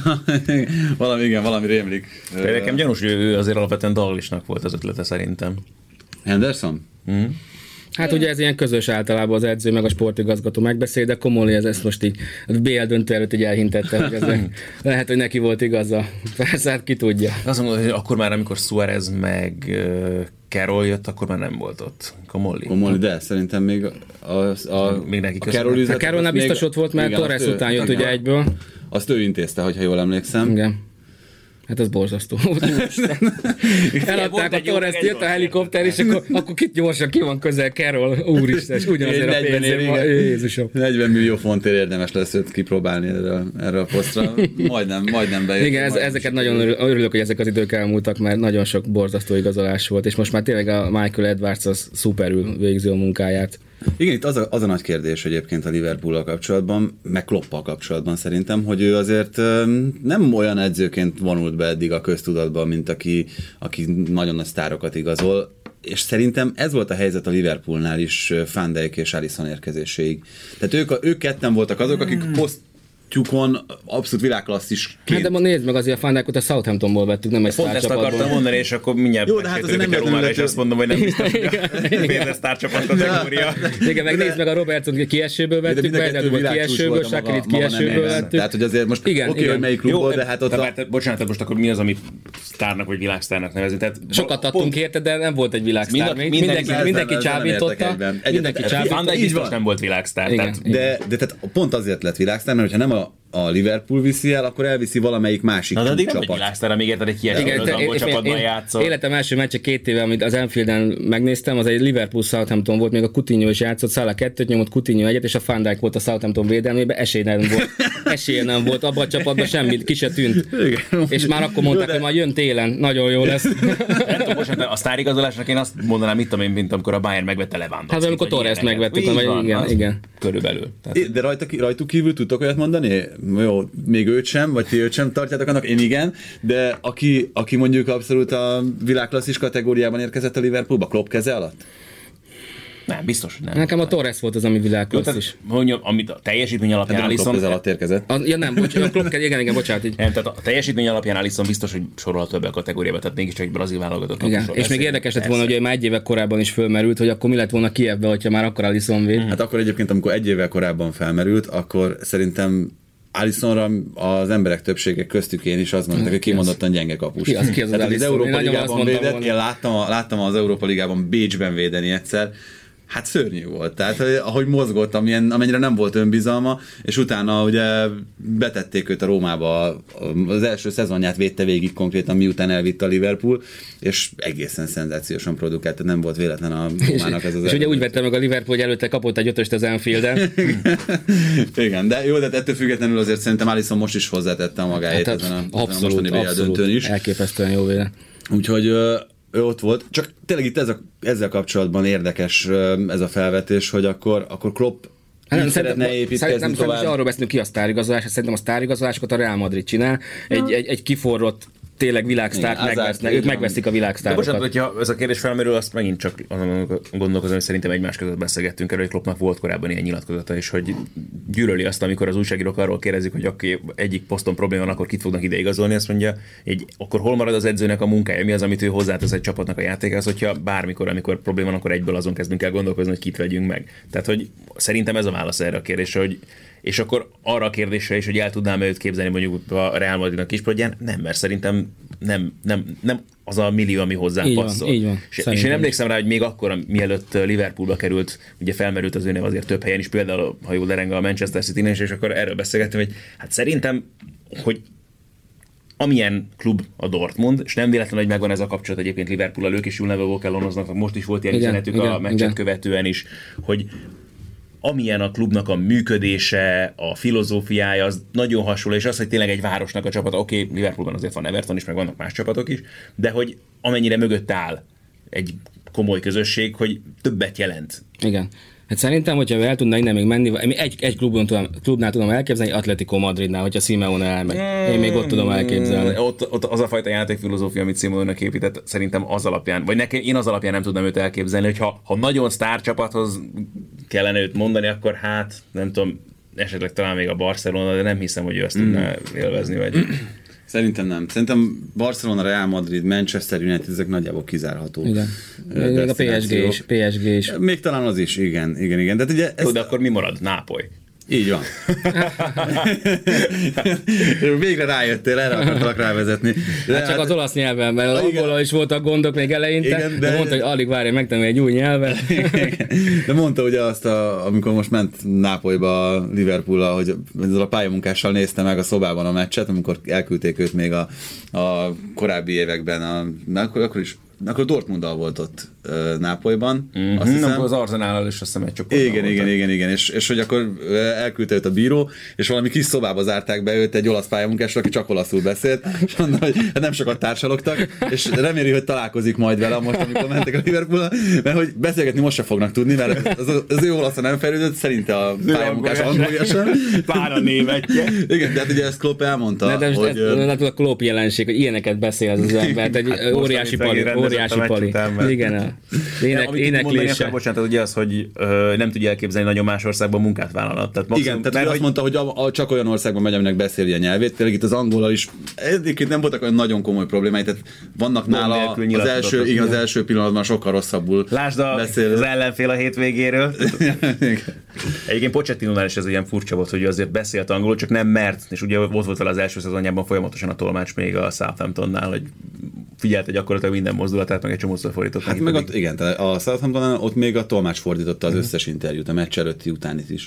S2: valami rémlik.
S4: Nekem gyanús, hogy ő azért alapvetően Dalglishnak volt az ötlete szerintem.
S2: Henderson?
S3: Hát ugye ez ilyen közös általában az edző meg a sportigazgató megbeszél, de Comolli ezt most így BL döntő előtt így elhintette, hogy ez lehet, hogy neki volt igaza. Persze, hát ki tudja.
S4: Azt mondom, hogy akkor már, amikor Suarez meg Carroll jött, akkor már nem volt ott. Comolli,
S2: de szerintem még
S4: még neki
S2: a Carroll üzletet...
S3: A Carrollnál biztos ott volt, mert Torres után jött ugye egyből.
S2: Azt ő intézte, hogyha jól emlékszem.
S3: Igen. Hát ez borzasztó. Eladták a Torres-t, jött a helikopter, és akkor gyorsan ki van közel Carroll, úristen, és ugyanazért a pénzért van. Jézusom.
S2: 40 millió fontért érdemes lesz őt kipróbálni erre a posztra. Majdnem bejött.
S3: Igen, ezeket nagyon örülök, hogy ezek az idők elmúltak, mert nagyon sok borzasztó igazolás volt, és most már tényleg a Michael Edwards az szuperül végzi a munkáját.
S2: Igen, itt az a nagy kérdés egyébként a Liverpool-al kapcsolatban, meg Kloppal kapcsolatban szerintem, hogy ő azért nem olyan edzőként vonult be eddig a köztudatban, mint aki nagyon nagy sztárokat igazol, és szerintem ez volt a helyzet a Liverpoolnál is Van Dijk és Alisson érkezéséig. Tehát ők ketten voltak azok, akik posztjukon abszolút világklasszisként.
S3: Hát de ma nézd meg, azért a Van Dijkot a Southamptonból vettük, nem egy sztárcsapatból.
S4: Pont ezt akartam mondani, és akkor mindjárt
S2: jó, de hát azért nem
S4: a Rómára, és azt mondom, hogy nem biztos, hogy a sztárcsapat kategória.
S3: Igen, meg nézd meg a Robertson kiesőből vettük, Bernardo kiesőből, Shakirit kiesőből vettük.
S2: Tehát, hogy azért most oké, hogy melyik klubból, de hát ott...
S4: Bocsánat, most akkor mi az, amit sztárnak vagy világsztárnak nevezünk?
S3: Sokat adtunk érte, de nem volt egy világsztár. Mindenki csábította.
S4: Van Dijk biztos nem volt világsztár.
S2: De tehát pont azért lett világsztár, mert hogyha nem a Liverpool viszi el, akkor elviszi valamelyik másik csapat.
S4: De nem egy világsztár, amíg érted egy kieső az angol csapatban játszol.
S3: Életem első meccse 2 éve, amit az Anfielden megnéztem, az egy Liverpool Southampton volt, még a Coutinho is játszott, Salah 2-t nyomott, Coutinho 1-et, és a Van Dijk volt a Southampton védelmében, esélye nem volt abban a csapatban semmit, ki se tűnt. Igen. És már akkor mondták, hogy majd jön télen, nagyon jó lesz.
S4: A sztárigazolásnak én azt mondanám, mint amikor a Bayern megvette Lewandowskit.
S3: Hát amikor Torres megvettük, igen.
S4: Körülbelül.
S2: De rajtuk kívül tudtok olyat mondani? Jó, még őt sem, vagy ti őt sem tartjátok annak, én igen, de aki mondjuk abszolút a világklasszis kategóriában érkezett a Liverpoolba, Klopp keze alatt?
S4: Nem, biztos, hogy nem.
S3: Nekem a Torres volt az, ami világklasszis.
S4: Mondjam, amit a teljesítmény alapján
S2: Alisson... Klopp keze alatt érkezett.
S3: Ja nem, igen, bocsánat. Így.
S4: Nem, tehát a teljesítmény alapján Alisson biztos, hogy sorolható ebbe a kategóriába, tehát mégiscsak egy brazil válogatott.
S3: Igen, és még érdekes lett volna, hogy már 1 évvel korábban is fölmerült, hogy akkor mi lett volna Kijevbe, hogyha már akkor Alisson véd.
S2: Hát akkor egyébként, amikor 1 évvel korábban felmerült, akkor szerintem Alissonra az emberek többsége köztük én is azt mondták, hogy kimondottan gyenge kapus.
S3: Ki az
S2: az Európa Ligában védett, én láttam az Európa Ligában Bécsben védeni egyszer, hát szörnyű volt. Tehát, ahogy mozgott, amennyire nem volt önbizalma, és utána ugye betették őt a Rómába, az első szezonját védte végig konkrétan, miután elvitte a Liverpool, és egészen szenzációsan produkált, tehát nem volt véletlen a Rómának ez az.
S3: És ugye úgy vette meg a Liverpool, hogy előtte kapott egy 5-öst az Anfielden.
S2: Igen, de jó, de ettől függetlenül azért szerintem Alisson most is hozzátette a magáét
S3: hát,
S2: ezen a mostani BL döntőn is.
S3: Elképesztően jó véle.
S2: Úgyhogy ő ott volt. Csak tényleg itt ezzel kapcsolatban érdekes ez a felvetés, hogy akkor Klopp szeretne építkezni tovább.
S3: Arról beszélünk, ki a sztárigazolás, szerintem a sztárigazolásokot a Real Madrid csinál. Egy kiforrott tényleg világsztárt ők megveszik a világsztárokat.
S4: Bocsánat, hogyha ez a kérdés felmerül, azt megint csak azon gondolkozom, hogy szerintem egymás között beszélgettünk erről, hogy Kloppnak volt korábban ilyen nyilatkozata is, hogy gyűlöli azt, amikor az újságírók arról kérdezik, hogy aki egyik poszton probléma van, akkor kit fognak ide igazolni, azt mondja, akkor hol marad az edzőnek a munkája, mi az, amit ő hozzátesz egy csapatnak a játékához, hogyha bármikor, amikor probléma van, akkor egyből azon kezdünk el gondolkozni, hogy kit vegyünk meg. Tehát, hogy szerintem ez a válasz erre a kérdésre, hogy és akkor arra a kérdésre is, hogy el tudnám őt képzelni mondjuk a Real Madridnak kispadján, nem, mert szerintem nem az a millió, ami hozzánk passzol.
S3: Így van.
S4: És én emlékszem rá, hogy még akkor, mielőtt Liverpoolba került, ugye felmerült az ő nev azért több helyen is, például, ha jól dereng a Manchester City-nél, és akkor erről beszélgettem, hogy hát szerintem, hogy amilyen klub a Dortmund, és nem véletlen, hogy megvan ez a kapcsolat egyébként Liverpool-al, ők is You'll Never Walk Alone-oznak, most is volt ilyen üzenetük a meccset követően is, hogy amilyen a klubnak a működése, a filozófiája, az nagyon hasonló, és az, hogy tényleg egy városnak a csapata, oké, Liverpoolban azért van Everton is, meg vannak más csapatok is, de hogy amennyire mögött áll egy komoly közösség, hogy többet jelent.
S3: Igen. Hát szerintem, hogyha el tudna innen még menni, egy klubnál tudom elképzelni, Atletico Madridnál, hogyha Simeone elmegy. Én még ott tudom elképzelni.
S4: Ott az a fajta játékfilozófia, amit Simeone-nek épített, szerintem az alapján, vagy én az alapján nem tudnám őt elképzelni, hogy ha nagyon sztárcsapathoz kellene őt mondani, akkor hát nem tudom, esetleg talán még a Barcelona, de nem hiszem, hogy ő ezt tudná élvezni, vagy...
S2: Szerintem nem. Szerintem Barcelona, Real Madrid, Manchester United, ezek nagyjából kizárható.
S3: Igen. Még a PSG is.
S2: Még talán az is, igen. De, ugye
S4: de akkor mi marad? Nápoly.
S2: Így van. Végre rájöttél, erre akartalak rávezetni.
S3: Hát csak az olasz nyelven, mert angolul is voltak gondok még eleinte, igen, de mondta, hogy alig várja megtanulni egy új nyelvet.
S2: De mondta ugye azt, amikor most ment Nápolyba Liverpool-a, hogy ezzel a pályamunkással nézte meg a szobában a meccset, amikor elküldték őt még a korábbi években, akkor Dortmunddal volt ott Nápolyban. Azt hiszem.
S4: Az Arsenállal is azt hiszem egy csoportban.
S2: Igen. És hogy akkor elküldte őt a bíró, és valami kis szobába zárták be őt egy olasz pályamunkásra, aki csak olaszul beszélt, és mondta, hogy nem sokat társalogtak, és reméli, hogy találkozik majd vele most, amikor mentek a Liverpoolra, mert hogy beszélgetni most se fognak tudni, mert az ő olaszra nem fejlődött, szerinte a pályamunkás angolja sem.
S4: Pár a névetje.
S2: Igen, de hát ugye ezt Klopp elmondta,
S3: de hogy... a Klopp jelenség, hogy ilyeneket beszél az ember, egy óriási pali. Igen,
S4: éneklése. Bocsánat, ugye az, hogy nem tudja elképzelni nagyon más országban munkát vállalhat.
S2: Tehát azt mondta, hogy csak olyan országban megy, aminek beszéli a nyelvét. Tényleg itt az angolal is egyébként nem voltak olyan nagyon komoly problémái, tehát vannak nála az első pillanatban sokkal rosszabbul.
S4: Lásd az ellenfél a hétvégéről. Egyébként Pochettinónál is ez ilyen furcsa volt, hogy azért beszélt angolul, csak nem mert, és ugye volt vele az első szezonjában folyamatosan a tolmács még a Southamptonnál, hogy figyelte gyakorlatilag minden mozdulatát, meg egy csomószor fordított.
S2: Hát meg igen, a Southamptonnál ott még a tolmács fordította az összes interjút, a meccs előtti, utánit is.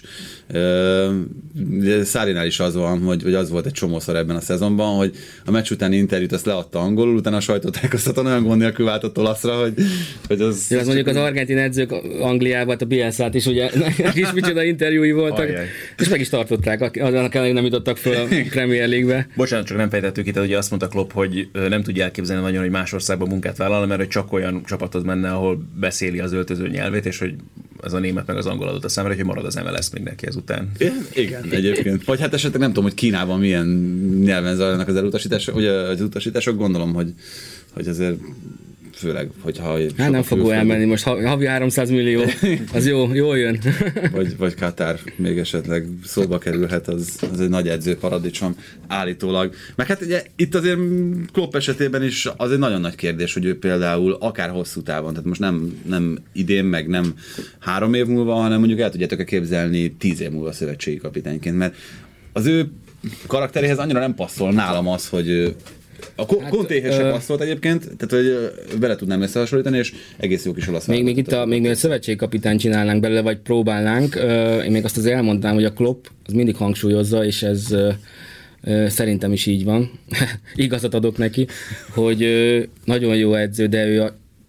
S2: Sarrinál is az van, hogy az volt egy csomószor ebben a szezonban, hogy a meccs utáni interjút azt leadta angolul, utána a sajtótájékoztatón olyan gond nélkül váltott olaszra, hogy az...
S3: Ja, az mondjuk az argentin edzők Angliában, a Bielszát is ugye kis micsoda interjúi voltak, és meg is tartották, annak ellenére nem jutottak föl a Premier League-be.
S4: Bocsánat, csak nem fejtettük itt, hogy azt mondta Klopp, hogy nem tudja elképzelni nagyon, hogy más országban munkát vállalna, mert hogy csak olyan csapathoz menne, ahol beszéli az öltöző nyelvét, és hogy ez a német meg az angol adott a számára, hogy marad az MLS még neki ezután.
S2: Igen, egyébként. Vagy hát esetleg nem tudom, hogy Kínában milyen nyelven zajlanak az elutasítások, ugye az utasítások, gondolom, hogy azért főleg, hogyha...
S3: Hát nem fogok elmenni, most havi 300 millió, az jól jön.
S2: vagy Katár még esetleg szóba kerülhet, az egy nagy edzőparadicsom állítólag. Meg hát ugye itt azért Klopp esetében is az egy nagyon nagy kérdés, hogy ő például akár hosszú távon, tehát most nem idén, meg nem 3 év múlva, hanem mondjuk el tudjátok képzelni 10 év múlva szövetségi kapitányként, mert az ő karakteréhez annyira nem passzol nálam az, hogy a Contéhez se passzolt egyébként, tehát hogy vele tudnám összehasonlítani, és egész jó kis olasz.
S3: Még itt még szövetségkapitányt csinálnánk belőle, vagy próbálnánk, én még azt azért elmondtam, hogy a Klopp az mindig hangsúlyozza, és ez szerintem is így van, igazat adok neki, hogy nagyon jó edző, de ő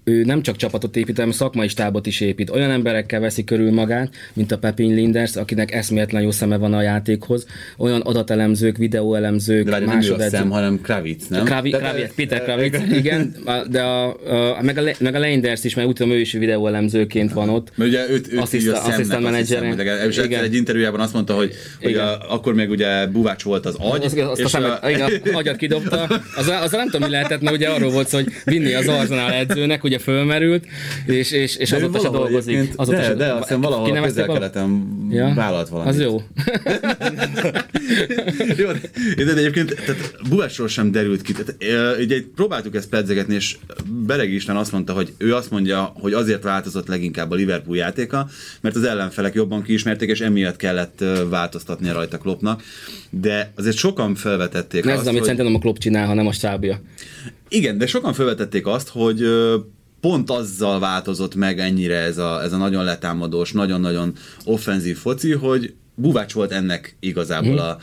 S3: ő nem csak csapatot épít, hanem szakmai stábot is épít. Olyan emberekkel veszi körül magát, mint a Pepin Linders, akinek eszméletlen jó szeme van a játékhoz. Olyan adatelemzők, videóelemzők,
S2: másodedzők. Nem Szem, hanem Kravitz, nem?
S3: Peter Kravitz, igen. De meg a Linders is, mert úgy tudom, ő is videóelemzőként van ott.
S2: Mert ugye őt
S3: asszisztent menedzseren.
S2: Egy interjújában azt mondta, hogy akkor még ugye Buvács volt az agy.
S3: Azt agyat kidobta. Az nem tudom, mi lehetett, mert ugye arról volt szó, hogy vinni az Arsenal edzőnek, ugye fölmerült, és azóta se dolgozik.
S2: De azt hiszem valahol a Közel-Keleten vállalt valamit.
S3: Az jó.
S2: Jó, de egyébként Buvácsról sem derült ki. Ugye próbáltuk ezt pedzegetni, és Beregi István azt mondta, hogy ő azt mondja, hogy azért változott leginkább a Liverpool játéka, mert az ellenfelek jobban kiismerték, és emiatt kellett változtatnia rajta Kloppnak. De azért sokan felvetették
S3: azt, amit szerintem nem a Klopp csinál, hanem a stábja.
S2: Igen, de sokan felvetették azt, hogy pont azzal változott meg ennyire ez a nagyon letámadós, nagyon-nagyon offenzív foci, hogy Buvács volt ennek igazából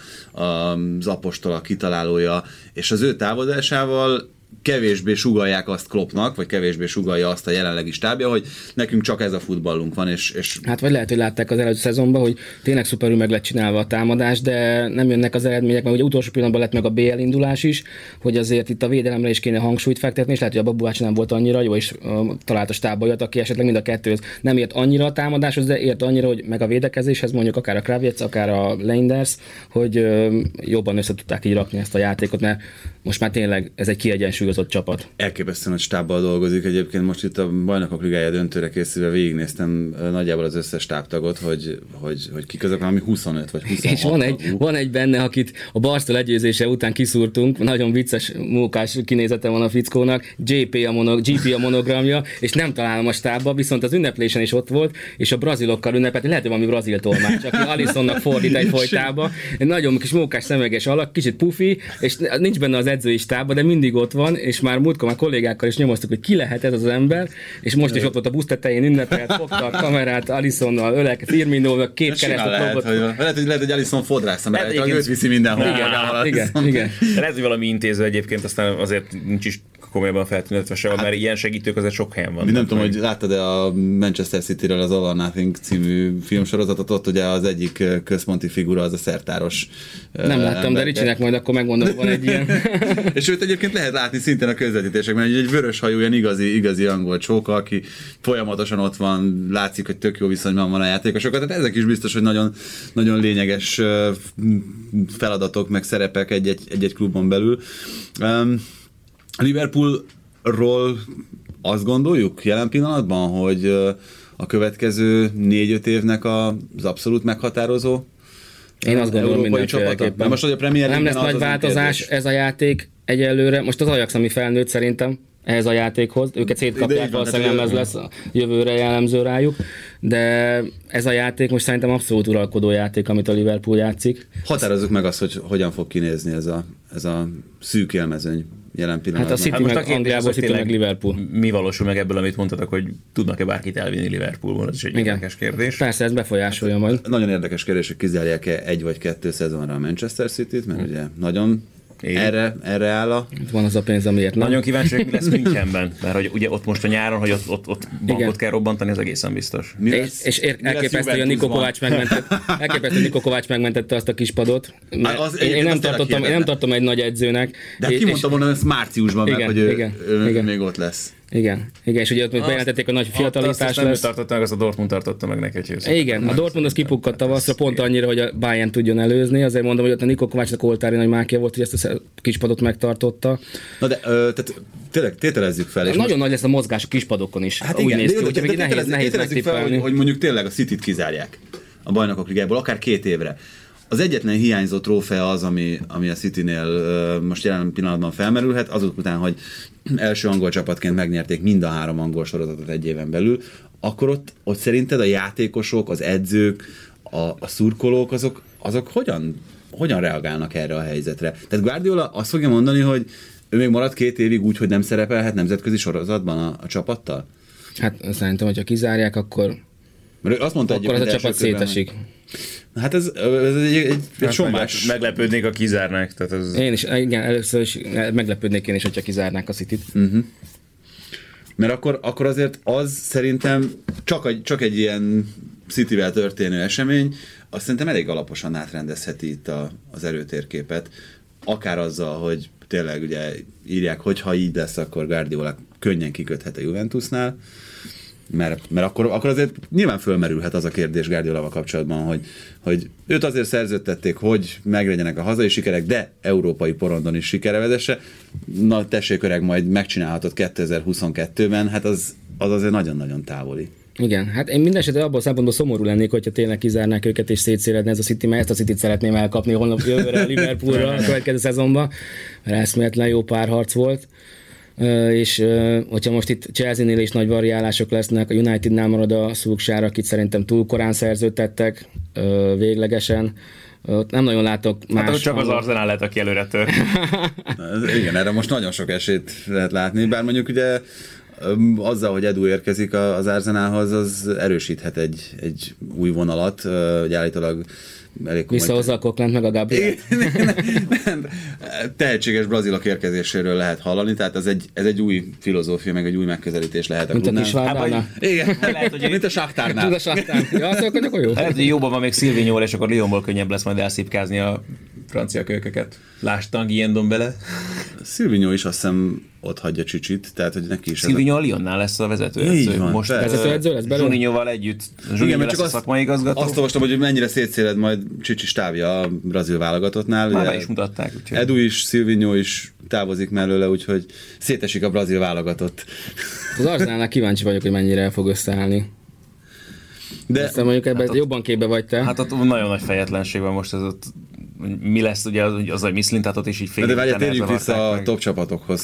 S2: az apostola, kitalálója, és az ő távozásával kevésbé sugallják azt Kloppnak, vagy kevésbé sugalja azt a jelenlegi stábja, hogy nekünk csak ez a futballunk van, és...
S3: Hát vagy lehet, hogy látták az előző szezonban, hogy tényleg szuperül meg lett csinálva a támadás, de nem jönnek az eredmények, mert ugye utolsó pillanatban lett meg a BL indulás is, hogy azért itt a védelemre is kéne hangsúlyt fektetni, és lehet, hogy a Buvács nem volt annyira jó, és talált a stábba olyat, aki esetleg mind a kettőhöz nem ért annyira a támadáshoz, de ért annyira, hogy meg a védekezéshez, mondjuk akár a Kravitz, akár a Linders, hogy jobban össze tudták így rakni ezt a játékot, mert most már tényleg ez egy kiegyensúlyozott csapat.
S2: Elképesztően, hogy stábbal dolgozik. Egyébként most itt a Bajnokok Ligája döntőre készülve végignéztem nagyjából az összes stábtagot, hogy kik azok, ami 25 vagy 26.
S3: És van egy benne, akit a Barca legyőzése után kiszúrtunk, nagyon vicces, mókás kinézete van a fickónak, GP a monogramja, és nem találom a stábba, viszont az ünneplésen is ott volt, és a brazilokkal ünnepelt, lehet, hogy valami brazil tolmács, aki Alissonnak fordít egy folytába, egy nagyon kis mókás szemüveges alak, kicsit pufi, és nincs benne az edzői stábba, de mindig ott van, és már múltkor már kollégákkal is nyomoztuk, hogy ki lehet ez az ember, és most is ott volt a busz tetején ünnepelt, fogta a kamerát Alissonnal, ölek, Firminóval, két keresztet lopott.
S2: Lehet, hogy Alisson fodrász, mert őt viszi mindenhol.
S3: Igen.
S4: Lehet, hogy valami intéző egyébként, aztán azért nincs is komolyabban feltűnetve se, mert ilyen segítők azért sok helyen van.
S2: Nem tudom, hogy láttad-e a Manchester City-ről az All or Nothing című filmsorozatot, ott ugye az egyik központi figura az a szertáros.
S3: Nem láttam, de Ricsinek majd akkor megmondom, van egy ilyen.
S2: És őt egyébként lehet látni szintén a közvetítésekben, egy vörös hajú, ilyen igazi angol csóka, aki folyamatosan ott van, látszik, hogy tök jó viszonyban van a játékosokat, tehát ezek is biztos, hogy nagyon, nagyon lényeges feladatok, meg szerepek egy-egy klubon belül. Liverpoolról azt gondoljuk jelen pillanatban, hogy a következő 4-5 évnek az abszolút meghatározó
S3: én azt gondolom mindenféleképpen.
S2: Most, hogy a Premier
S3: nem lesz nagy változás ez a játék egyelőre. Most az Ajax, ami felnőtt szerintem ehhez a játékhoz. Őket szétkapják, valószínűleg nem ez lesz a jövőre jellemző rájuk. De ez a játék most szerintem abszolút uralkodó játék, amit a Liverpool játszik.
S2: Határozzuk meg azt, hogy hogyan fog kinézni ez a szűk élmezőny jelen pillanatban.
S3: Hát a City meg Angliából, City meg Liverpool.
S4: Mi valósul meg ebből, amit mondtatok, hogy tudnak-e bárkit elvinni Liverpoolból? Ez is egy érdekes kérdés.
S3: Persze, ez befolyásolja majd.
S2: Nagyon érdekes kérdés, hogy kizárják-e 1 vagy 2 szezonra a Manchester Cityt, mert ugye nagyon erre áll
S3: Itt van az a pénz, amiért nem.
S4: Nagyon kíváncsi, hogy mi lesz Münchenben, mert hogy ugye ott most a nyáron, hogy ott bankot kell robbantani, ez egészen biztos.
S3: És elképesztő, hogy a Niko Kovács megmentette azt a kispadot. Én nem tartom egy nagy edzőnek.
S2: De ki mondta volna ezt márciusban, meg, hogy ő még ott lesz.
S3: Igen, és ugye ott bejelentették a nagy fiatalítás lesz.
S4: Tartották, az a Dortmund tartotta meg neki.
S3: Igen, a Dortmund az kipukkadt tavaszra pont annyira, hogy a Bayern tudjon előzni, azért mondom, hogy ott a Niko Kovácsnak oltári nagy mákja volt, hogy ezt a kispadot megtartotta.
S2: Na de, tehát tényleg tételezzük fel. És
S3: nagyon nagy lesz a mozgás a kispadokon is.
S2: Hát
S3: úgy
S2: igen,
S3: néz ki, hogy nehéz megtippelni.
S2: hogy mondjuk tényleg a Cityt kizárják a Bajnokok Ligájából, akár 2 évre. Az egyetlen hiányzó trófea az, ami a Citynél most jelen pillanatban felmerülhet, azok után, hogy első angol csapatként megnyerték mind a 3 angol sorozatot egy éven belül, akkor ott szerinted a játékosok, az edzők, a szurkolók, azok hogyan reagálnak erre a helyzetre? Tehát Guardiola azt fogja mondani, hogy ő még marad 2 évig úgy, hogy nem szerepelhet nemzetközi sorozatban a csapattal?
S3: Hát szerintem, hogyha kizárják, akkor
S2: azt mondta,
S3: akkor az a csapat szétesik.
S2: Hát ez egy sommás.
S4: Meglepődnék, ha kizárnák. Tehát ez...
S3: Én is, igen, először is meglepődnék én is, hogyha kizárnák a Cityt.
S2: Mert akkor azért az szerintem csak egy ilyen Cityvel történő esemény, azt szerintem elég alaposan átrendezheti itt az erőtérképet. Akár azzal, hogy tényleg ugye írják, hogy ha így lesz, akkor Guardiola könnyen kiköthet a Juventusnál, mert akkor azért nyilván fölmerülhet az a kérdés Guardiolával kapcsolatban, hogy őt azért szerződtették, hogy meglegyenek a hazai sikerek, de európai porondon is sikere vezesse. Na tessék öreg, majd megcsinálhatod 2022-ben, hát az azért nagyon-nagyon távoli.
S3: Igen, hát én minden esetre abban a szempontból szomorú lennék, hogyha tényleg kizárnák őket és szétszéledne ez a City, mert ezt a Cityt szeretném elkapni holnap jövőre a Liverpoolra a következő szezonban, mert eszméletlen jó párharc volt. És hogyha most itt Chelsea-nél is nagy variálások lesznek, a Unitednál marad a Solskjaer, akit szerintem túl korán szerződtettek véglegesen. Nem nagyon látok más...
S4: Hát csak az Arsenal lehet, aki előre tör.
S2: Igen, erre most nagyon sok esélyt lehet látni, bár mondjuk ugye azzal, hogy Edu érkezik az Arsenalhoz, az erősíthet egy új vonalat, hogy állítólag elég komoly...
S3: Visszahozza a Coquelin meg a Gabriel.
S2: Nem, tehetséges brazilok érkezéséről lehet hallani, tehát ez egy új filozófia, meg egy új megközelítés lehet a
S3: Mint
S2: klubnál.
S3: a Kisvárdánál.
S2: Igen,
S4: lehet, hogy
S2: mint a Shakhtarnál.
S3: Tud a Shakhtar. Ja, azt akkor jó.
S4: Lehet, hogy jobban van még Silvinho-val, és akkor Lyonból könnyebb lesz majd elszipkázni a francia kölyköket. Lásd Tanguy Ndombele.
S2: Silvinho is azt hiszem ott hagyja Csicsit, tehát hogy neki is...
S4: Silvinho a Lyonnál lesz a vezetőedző.
S2: Így van,
S4: most
S3: vezetőedző lesz belőle?
S4: Zsuninhoval együtt. Zsuninho lesz a szakmai igazgató.
S2: Azt olvastam, hogy mennyire szétszéled majd Csicsi stábja a brazil válogatottnál.
S4: Már be is mutatták. Úgyhogy.
S2: Edu is, Silvinho is távozik mellőle, úgyhogy szétesik a brazil válogatott.
S3: Az Arsenalnál kíváncsi vagyok, hogy mennyire el fog összeállni. De aztán mondjuk ebben hát jobban képbe vagy te.
S4: Hát ott nagyon nagy fejetlenség van most, ez ott mi lesz ugye az, hogy Mislintátot is így fél.
S2: De várjál, térjünk vissza a top csapatokhoz,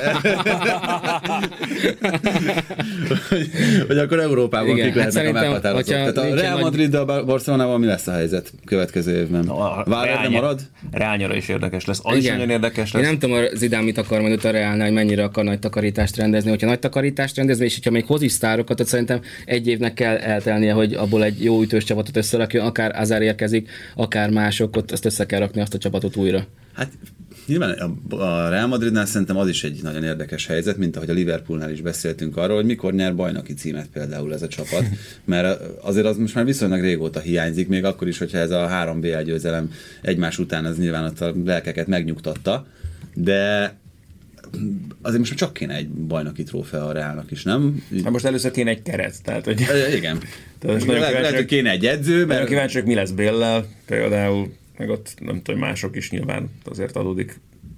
S2: hogy akkor Európában kik lehetnek a meghatározók. Tehát a Real Madriddal, a Barcelonával mi lesz a helyzet következő évben? Valverde marad?
S4: Reálnyira is érdekes lesz. Az is nagyon érdekes lesz.
S3: Én nem tudom, a Zidane mit akar majd ott a Reálnál, hogy mennyire akar nagy takarítást rendezni. Hogyha nagy takarítást rendezni, és hogyha még hoz is sztárokat, ott szerintem egy évnek kell eltelnie, hogy abból egy jó ütős csapatot összerakjon, akár Hazard érkezik, akár mások, ott azt össze kell rakni azt a csapatot újra.
S2: Hát nyilván a Real Madridnál szerintem az is egy nagyon érdekes helyzet, mint ahogy a Liverpoolnál is beszéltünk arról, hogy mikor nyer bajnoki címet például ez a csapat, mert azért az most már viszonylag régóta hiányzik, még akkor is, hogyha ez a 3 BL győzelem egymás után az nyilván ott a lelkeket megnyugtatta, de azért most csak kéne egy bajnoki trófea a Realnak is, nem?
S4: Hát most először kéne egy keret, tehát hogy...
S2: Igen. Lehet, hogy kéne egy edző,
S4: mert... Kíváncsiak, mi lesz Bale-lel például, meg ott nem tudom, mások is nyilván azért adódik.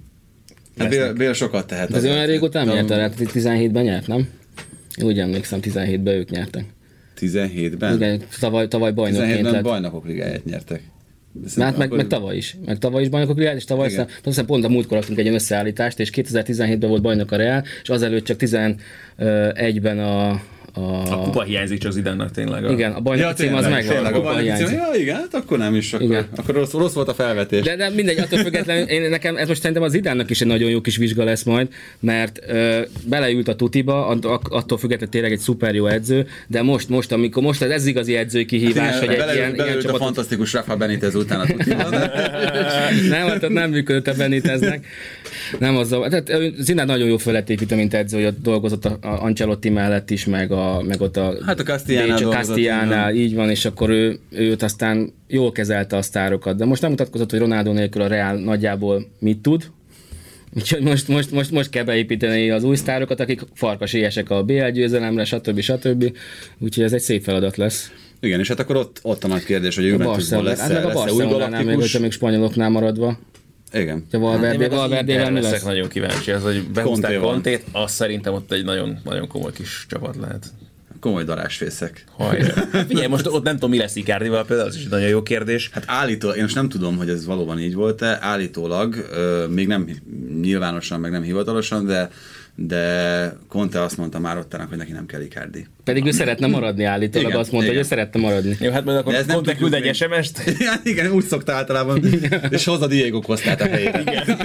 S2: Hát Bale sokat tehet.
S3: Ez olyan régóta nem nyert, tehát 17-ben nyert, nem? Én úgy emlékszem, 17-ben ők nyertek.
S2: 17-ben?
S3: Igen, tavaly bajnokként lett.
S2: 17-ben bajnokok ligáját nyertek.
S3: Hát meg tavaly is. Meg tavaly is bajnokok ligáját, és tavaly aztán pont a múltkor adtunk egy összeállítást, és 2017-ben volt bajnok a Real, és azelőtt csak 11-ben a
S4: kupa hiányzik csak Zidane-nak tényleg.
S3: Igen, a bajnoki cím az megvan, a kupa hiányzik.
S2: Ja, igen, hát akkor nem is, akkor rossz volt a felvetés.
S3: De mindegy, attól függetlenül, nekem ez most szerintem az Zidane-nak is egy nagyon jó kis vizsga lesz majd, mert beleült a tutiba, attól függetlenül tényleg egy szuper jó edző, de most ez igazi edzői kihívás,
S2: hát,
S3: hogy egy ilyen
S2: csapatot... a fantasztikus Rafa Benitez után a tutiba.
S3: Nem, hát nem működött a Beniteznek. Nem azzal, tehát Zidane nagyon jó fölépítő, mint edző, hogy ott dolgozott a Ancelotti mellett is, meg ott a
S2: hát a Castillánál
S3: így van, és akkor őt aztán jól kezelte a sztárokat, de most nem mutatkozott, hogy Ronaldo nélkül a Real nagyjából mit tud, úgyhogy most kell beépíteni az új sztárokat, akik farkasélyesek a BL győzelemre, stb. Úgyhogy ez egy szép feladat lesz.
S2: Igen, és hát akkor ott a nagy kérdés, hogy a Juventusból lesz-e új galaktikus.
S3: Még, még spanyoloknál maradva.
S2: Igen.
S3: A Valverdével mi lesz?
S4: Nagyon kíváncsi, az, hogy behúzták Contét, az szerintem ott egy nagyon, nagyon komoly kis csapat lehet.
S2: Komoly darásfészek.
S4: Figyelj, most ott nem tudom, mi lesz Icardival például, az is egy nagyon jó kérdés.
S2: Hát állítólag, én most nem tudom, hogy ez valóban így volt-e, állítólag, még nem nyilvánosan, meg nem hivatalosan, de Conte azt mondta már ottának, hogy neki nem kell Icardi.
S3: Pedig ő szeretne maradni állítólag, azt mondta, hogy ő szeretne maradni.
S4: Jó, hát majd akkor Conte küld egy SMS-t.
S2: Igen, úgy szokta általában, és hozza Diego Costát a helyére.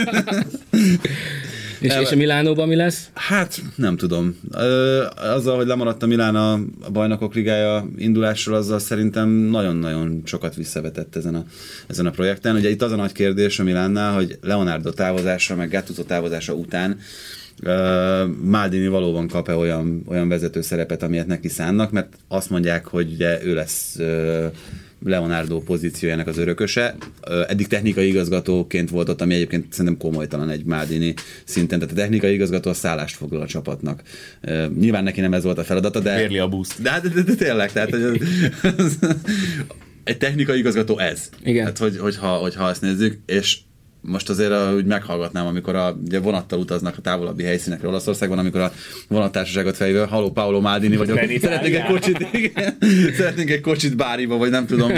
S3: És a Milánóban mi lesz?
S2: Hát nem tudom. Azzal, hogy lemaradt a Milán a Bajnokok Ligája indulásról, azzal szerintem nagyon-nagyon sokat visszavetett ezen a projekten. Ugye itt az a nagy kérdés a Milánnál, hogy Leonardo távozása, meg Gattuso távozása után Maldini valóban kap-e olyan vezető szerepet, amilyet neki szánnak, mert azt mondják, hogy ugye ő lesz Leonardo pozíciójának az örököse. Eddig technikai igazgatóként volt ott, ami egyébként szerintem komolytalan egy Maldini szinten, tehát a technikai igazgató a szállást foglal a csapatnak. Nyilván neki nem ez volt a feladata, de...
S4: Vérli a buszt.
S2: De tényleg, tehát egy technikai igazgató ez.
S3: Igen.
S2: Hát, hogyha azt nézzük, és most azért úgy meghallgatnám, amikor ugye vonattal utaznak a távolabbi helyszínekre Olaszországban, amikor a vonattársaságot fejvel, halló, Paolo Maldini vagyok, szeretnénk egy kocsit Báriba, vagy nem tudom,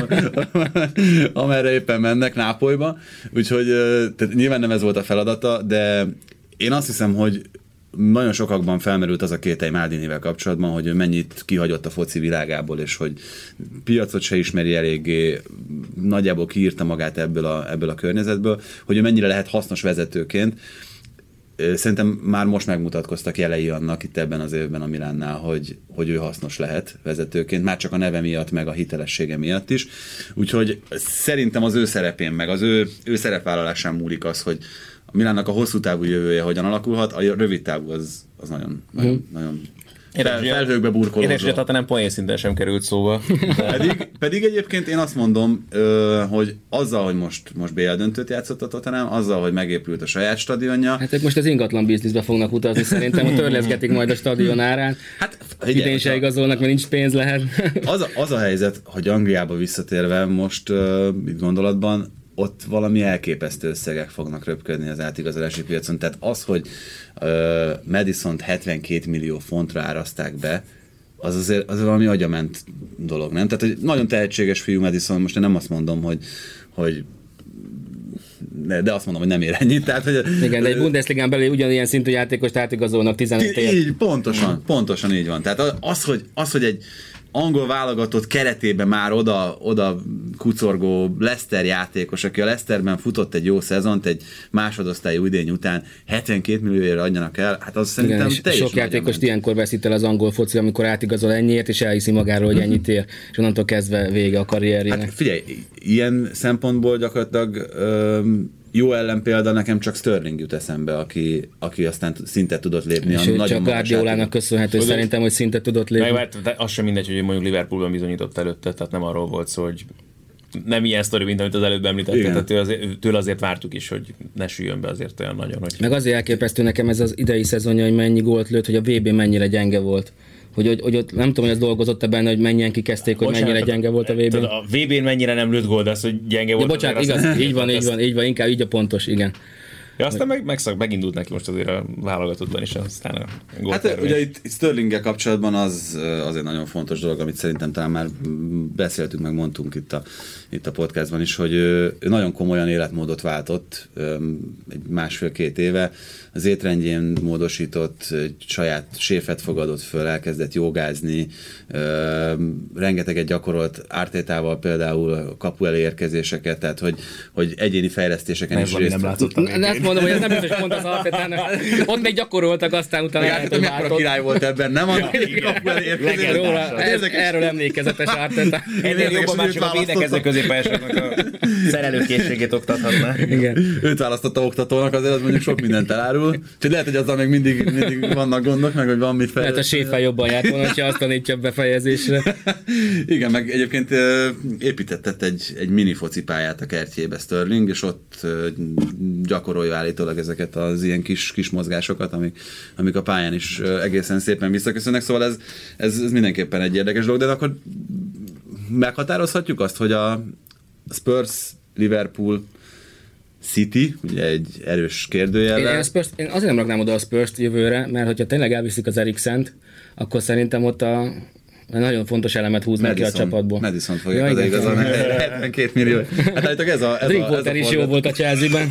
S2: amerre éppen mennek, Nápolyba. Úgyhogy tehát nyilván nem ez volt a feladata, de én azt hiszem, hogy nagyon sokakban felmerült az a kételj Maldinivel kapcsolatban, hogy ő mennyit kihagyott a foci világából, és hogy piacot se ismeri eléggé, nagyjából kiírta magát ebből a környezetből, hogy ő mennyire lehet hasznos vezetőként. Szerintem már most megmutatkoztak jelei annak itt ebben az évben a Milánnál, hogy ő hasznos lehet vezetőként, már csak a neve miatt, meg a hitelessége miatt is. Úgyhogy szerintem az ő szerepén, meg az ő szerepvállalásán múlik az, hogy a Milánnak a hosszú távú jövője hogyan alakulhat, a rövid távú az nagyon felhőkbe burkolózó.
S4: Érdekes, hogy a Tottenham poén szinten sem került szóba.
S2: Pedig egyébként én azt mondom, hogy azzal, hogy most BL döntőt játszott a Tottenham, azzal, hogy megépült a saját stadionja.
S3: Hát ők most az ingatlan bizniszbe fognak utazni, szerintem, hogy törleszgetik majd a stadion árát. Hát idén se igazolnak, mert nincs pénz lehet.
S2: Az a helyzet, hogy Angliába visszatérve most itt gondolatban, ott valami elképesztő összegek fognak röpködni az átigazolási piacon. Tehát az, hogy Madisont 72 millió fontra árazták be, az valami agyament dolog, nem? Tehát, hogy nagyon tehetséges fiú Madison, most én nem azt mondom, hogy de azt mondom, hogy nem ér ennyit. Tehát, hogy,
S3: igen, de egy Bundesligán belül ugyanilyen szintű játékost átigazolnak 15 év.
S2: Így, pontosan így van. Tehát az, hogy egy angol válogatott keretében már oda kucorgó Leicester játékos, aki a Leicesterben futott egy jó szezont, egy másodosztályú idény után 72 millióért adjanak el, hát az szerintem teljesen
S3: sok játékost ilyenkor veszít el az angol foci, amikor átigazol ennyiért, és elhiszi magáról, hogy ennyit ér, és onnantól kezdve vége a karrierjének. Hát
S2: figyelj, ilyen szempontból gyakorlatilag jó ellenpélda nekem csak Sterling jut eszembe, aki aztán szintet tudott lépni.
S3: És csak Guardiolának köszönhető szerintem, hogy szintet tudott lépni.
S4: Meg az sem mindegy, hogy mondjuk Liverpoolban bizonyított előtte, tehát nem arról volt szó, hogy nem ilyen sztori, mint amit az előbb említettem, tehát tőle azért vártuk is, hogy ne süljön be azért olyan nagyon. Hogy...
S3: Meg azért elképesztő nekem ez az idei szezonja, hogy mennyi gólt lőtt, hogy a VB mennyire gyenge volt. Hogy ott nem tudom, hogy ez dolgozott benne, hogy mennyien kikezdték, hogy mennyire gyenge volt a VB-n.
S4: A VB-n mennyire nem lőtt gól, de az, hogy gyenge volt.
S3: Ja, bocsánat, igaz, így van, inkább így a pontos, igen.
S4: Ja, aztán megindult neki most azért a válogatottban is, aztán a
S2: hát ugye itt Sterlinggel kapcsolatban az azért nagyon fontos dolog, amit szerintem talán már beszéltünk, meg mondtunk itt a podcastban is, hogy ő nagyon komolyan életmódot váltott egy 1,5-2 éve. Az étrendjén módosított, egy saját séfet fogadott föl, elkezdett jogázni, rengeteget gyakorolt Artetával például kapu elé érkezéseket, tehát hogy egyéni fejlesztéseken is részt.
S4: Nem látszottam.
S3: Azt mondom, hogy ez nem biztos pont az Artetának. Ott még gyakoroltak, aztán utána
S2: lehet, hogy mekkora király volt ebben, nem? Kapu elé érkezés.
S3: Erről emlékezetes Arteta.
S4: Ennél jobban már csak a védekező középpályásoknak a szerelőkészségét oktathatná.
S2: Igen. Őt választotta oktatónak, azért az mondjuk sok mindent elárul. Úgyhogy lehet, hogy azzal még mindig vannak gondok, meg hogy van mit fejleszteni.
S3: Lehet a séffel jobban járt volna, hogyha azt tanítja befejezésre.
S2: Igen, meg egyébként építetett egy mini focipályát a kertjébe Sterling, és ott gyakorolja állítólag ezeket az ilyen kis mozgásokat, amik a pályán is egészen szépen visszaköszönnek, szóval ez mindenképpen egy érdekes dolog, de akkor meghatározhatjuk azt, hogy a Spurs, Liverpool, City, ugye egy erős kérdőjellel.
S3: Én azért nem raknám oda a Spurs-t jövőre, mert hogyha tényleg elviszik az Eriksent, akkor szerintem ott nagyon fontos elemet húznak ki a csapatból.
S2: Madison fogja oda igazolni, 72 millió. Hát állítok ez a
S3: Drinkwater is jó volt a Chelsea-ben.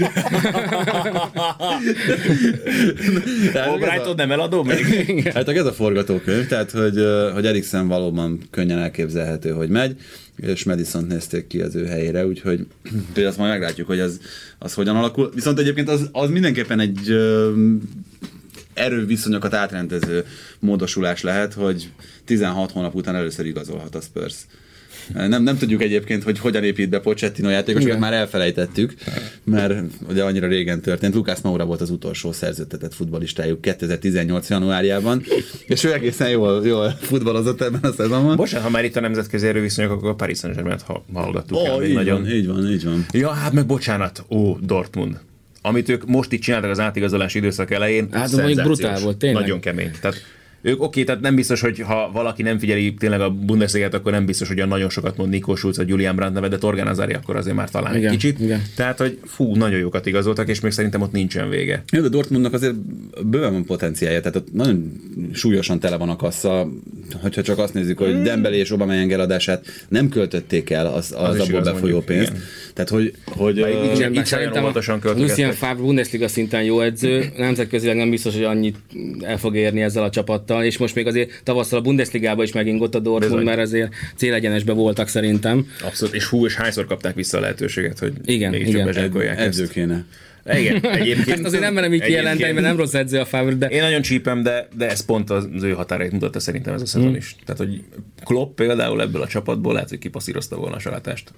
S4: Albrighton nem eladó még?
S2: Hát ez a forgatókönyv, tehát hogy Eriksen valóban könnyen elképzelhető, hogy megy, és Madisont nézték ki az ő helyére, úgyhogy azt majd meglátjuk, hogy az hogyan alakul. Viszont egyébként az mindenképpen egy erőviszonyokat átrendező módosulás lehet, hogy 16 hónap után először igazolhat a Spurs. Nem tudjuk egyébként, hogy hogyan épít be Pochettino játékosokat, már elfelejtettük, mert ugye annyira régen történt. Lucas Moura volt az utolsó szerződtetett futballistájuk 2018. januárjában, és ő egészen jól futballozott ebben a szezonban.
S4: Bocsánat, ha már itt a nemzetközi erőviszonyok, akkor a Paris Saint-Germain-t hallgattuk el.
S2: Így van.
S4: Ja, hát meg bocsánat, Dortmund. Amit ők most itt csináltak az átigazolási időszak elején,
S3: hát mondjuk brutál volt, tényleg.
S4: Nagyon kemény. Tehát ők oké, tehát nem biztos, hogy ha valaki nem figyeli tényleg a Bundesligát, akkor nem biztos, hogy olyan nagyon sokat mond Nico Schulz vagy Julian Brandt neve, de Torgan Azari akkor azért már talán egy kicsit. Igen. Tehát, hogy nagyon jókat igazoltak, és még szerintem ott nincsen vége.
S2: Jó, de Dortmundnak azért bőven van potenciálja, tehát ott nagyon súlyosan tele van a kassa, hogyha csak azt nézzük, hogy Dembélé és Aubameyang eladását nem költötték el az abból befolyó pénzt.
S4: Igen.
S2: Tehát, hogy
S4: itt szerintem
S3: Lucien Favre Bundesliga szinten jó edző, nemzetközileg nem biztos, hogy annyit el fog érni ezzel a csapattal, és most még azért tavasszal a Bundesligában is megingott a Dortmund, mert azért célegyenesben voltak szerintem.
S4: Abszolút, és hányszor kapták vissza a lehetőséget, hogy
S3: igen.
S2: Edző kéne.
S4: Igen, egyébként.
S3: Ezt azért nem merem így kijelenteni, mert nem rossz edző a Favre, de...
S4: Én nagyon csípem, de ez pont az ő határait mutatta szerintem ez a szezon is. Tehát, hogy Klopp például ebből a csapatból lehet, hogy kipasszírozta volna a salátást.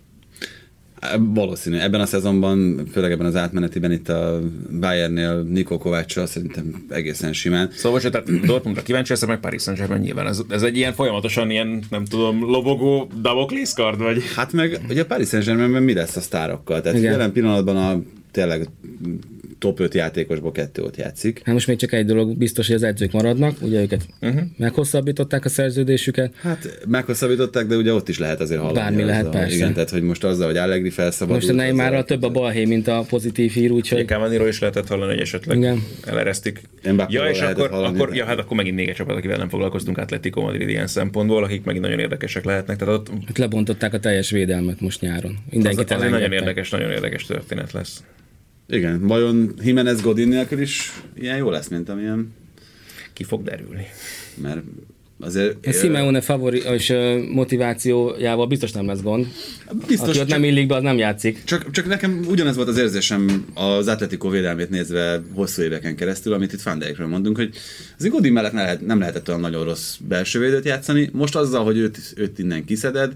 S2: Valószínű. Ebben a szezonban, főleg ebben az átmenetiben itt a Bayernnél Niko Kovácssal szerintem egészen simán.
S4: Szóval, tehát Dortmundra kíváncsi leszek, meg Paris Saint-Germain nyilván. Ez egy ilyen folyamatosan ilyen, nem tudom, lobogó Damoklész kard, vagy?
S2: Hát meg ugye a Paris Saint-Germainben mi lesz a sztárokkal? Tehát jelen pillanatban a tényleg top 5 játékosból 2 ott játszik.
S3: Hát most még csak egy dolog biztos, hogy az edzők maradnak, ugye őket meghosszabbították a szerződésüket.
S2: Hát meghosszabbították, de ugye ott is lehet azért hallani.
S3: Bármi lehet, persze.
S2: Igen, tehát hogy most azzal, hogy Allegri felszabadult.
S3: Most a Neymarral több a balhé, mint a pozitív hír, úgyhogy...
S4: Cavaniról is lehetett hallani, hogy esetleg eleresztik.
S2: Ja, és
S4: akkor megint még egy csapat, akivel nem foglalkoztunk, Atletico Madrid ilyen szempontból, akik megint nagyon érdekesek lehetnek. Tehát ott...
S3: Hát lebontották a teljes védelmet most nyáron. Mindenkit
S4: az nagyon érdekes történet lesz.
S2: Igen, vajon Jiménez Godin nélkül is ilyen jó lesz, mint amilyen...
S4: Ki fog derülni.
S2: Mert azért...
S3: Simeone favoris motivációjával biztos nem lesz gond.
S2: Biztos,
S3: aki ott nem illik be, az nem játszik.
S2: Csak nekem ugyanez volt az érzésem az Atletico védelmét nézve hosszú éveken keresztül, amit itt Van Dijkről mondunk, hogy az Godin mellett nem lehetett olyan nagyon rossz belső védőt játszani. Most azzal, hogy őt innen kiszeded,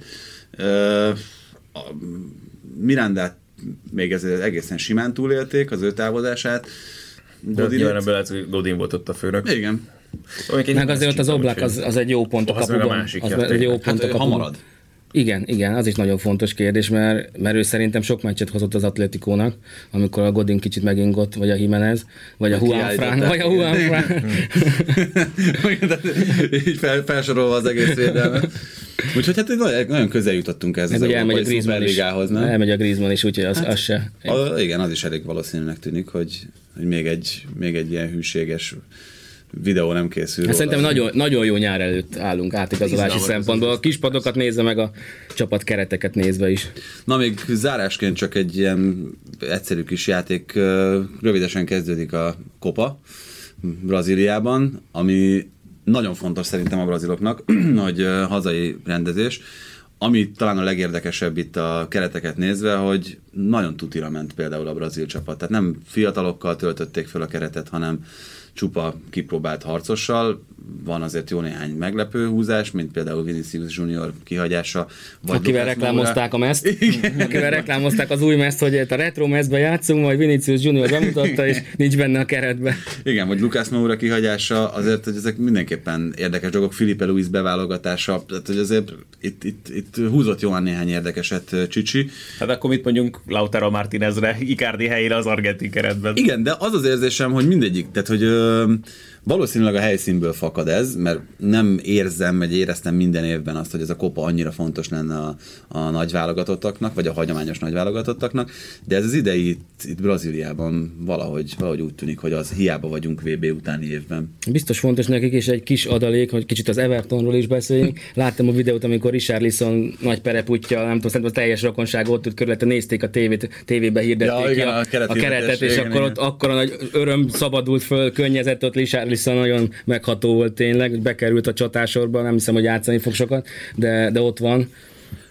S2: Mirandát még ezért egészen simán túlélték az ő távozását.
S4: Nyilván ebből lehet, hogy Godin volt ott a főnök.
S2: Igen.
S3: Meg azért ott az Oblak az egy jó pont a kapuban.
S2: Ha marad.
S3: Igen, az is nagyon fontos kérdés, mert ő szerintem sok meccset hozott az Atletikónak, amikor a Godin kicsit megingott, vagy a Jimenez, vagy a Juanfran.
S2: Így felsorolva az egész védelmet. Úgyhogy hát nagyon közel jutottunk ez az Európai Szuperligához, nem?
S3: Elmegy a Griezmann is, úgyhogy az se.
S2: Igen, az is elég valószínűnek tűnik, hogy még egy ilyen hűséges videó nem készül.
S3: Hát szerintem nagyon jó nyár előtt állunk átigazolási szempontból. A kispadokat nézve, meg a csapat kereteket nézve is.
S2: Na még zárásként csak egy ilyen egyszerű kis játék. Rövidesen kezdődik a Copa Brazíliában, ami nagyon fontos szerintem a braziloknak, hogy hazai rendezés. Ami talán a legérdekesebb itt a kereteket nézve, hogy nagyon tutira ment például a brazil csapat. Tehát nem fiatalokkal töltötték fel a keretet, hanem csupa kipróbált harcossal. Van azért jó néhány meglepő húzás, mint például Vinicius Junior kihagyása.
S3: Akivel reklámozták a mezt. Akivel reklámozták az új mezt, hogy a retro mezbe játszunk, majd Vinicius Junior bemutatta, és nincs benne a keretbe.
S2: Igen, vagy Lucas Moura kihagyása, azért, hogy ezek mindenképpen érdekes dolgok. Filipe Luis beválogatása, tehát hogy azért itt húzott jól néhány érdekeset Csicsi.
S4: Hát akkor mit mondjunk Lautaro Martinezre, Icardi helyére az argentin keretben?
S2: Igen, de az az érzésem, hogy mindegyik, tehát hogy valószínűleg a helyszínből fakad ez, mert nem éreztem minden évben azt, hogy ez a Copa annyira fontos lenne a nagy válogatottaknak, vagy a hagyományos nagy válogatottaknak, de ez az idei itt Brazíliában valahogy úgy tűnik, hogy az hiába vagyunk VB utáni évben.
S3: Biztos fontos nekik, és egy kis adalék, hogy kicsit az Evertonról is beszéljünk. Láttam a videót, amikor Richarlison nagy pereputja, nem tudom, szerintem a teljes rokonság ott ült körülötte, nézték a tévébe hirdették
S2: a
S3: keretet, és akkor a nagy öröm szabadult föl, könnyezett ott Richarlison, nagyon megható volt tényleg, bekerült a csatásorba, nem hiszem, hogy játszani fog sokat, de ott van.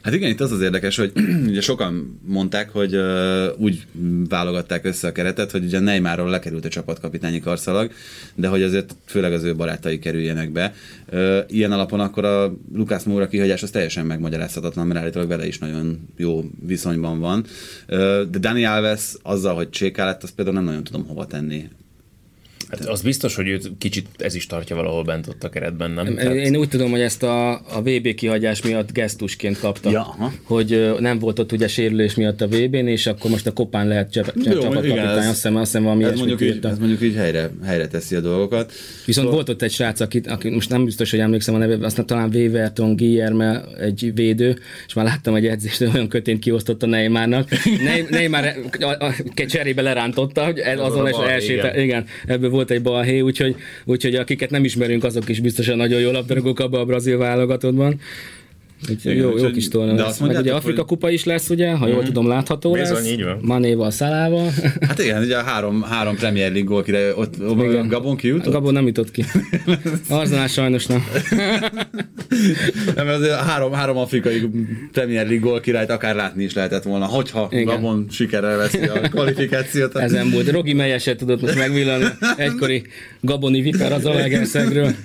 S2: Hát igen, itt az érdekes, hogy ugye sokan mondták, hogy úgy válogatták össze a keretet, hogy ugye Neymarról lekerült a csapatkapitányi karszalag, de hogy azért főleg az ő barátai kerüljenek be. Ilyen alapon akkor a Lucas Moura kihagyás az teljesen megmagyarázhatatlan, mert állítólag vele is nagyon jó viszonyban van. De Dani Alves azzal, hogy cséká lett, azt például nem nagyon tudom hova tenni.
S4: Hát az biztos, hogy őt kicsit ez is tartja valahol bent ott a keretben, nem?
S3: Én úgy tudom, hogy ezt a VB kihagyás miatt gesztusként kapta, hogy nem volt ott ugye sérülés miatt a VB-n, és akkor most a Kopán lehet csapatkapitány, azt hiszem valami ilyesmit írta.
S2: Ez mondjuk így helyre teszi a dolgokat.
S3: Viszont volt ott egy srác, aki most nem biztos, hogy emlékszem a nevében, aztán talán Weverton Guillerme egy védő, és már láttam egy edzést, hogy olyan kötént kiosztott a Neymarnak. Neymar cserébe lerántotta, hogy azon is elsétál. Igen, ebből volt egy balhé, úgyhogy akiket nem ismerünk, azok is biztosan nagyon jó labdarúgók abban a brazil válogatottban. Jó kis torna lesz. Meg ugye Afrika kupa is lesz, ugye, ha jól tudom, látható lesz. Manéval, Salával.
S2: Hát igen, ugye a három Premier League gól, kire ott Gabon kijutott?
S3: Gabon nem jutott ki. Arsenal sajnos nem.
S2: Nem, mert azért három afrikai Premier League gól királyt akár látni is lehetett volna, hogyha igen. Gabon sikerrel veszi a kvalifikációt.
S3: Ezen volt. Rogi Melyes tudott most megvillanni. Egykori gaboni viper az Zalaegerszegről.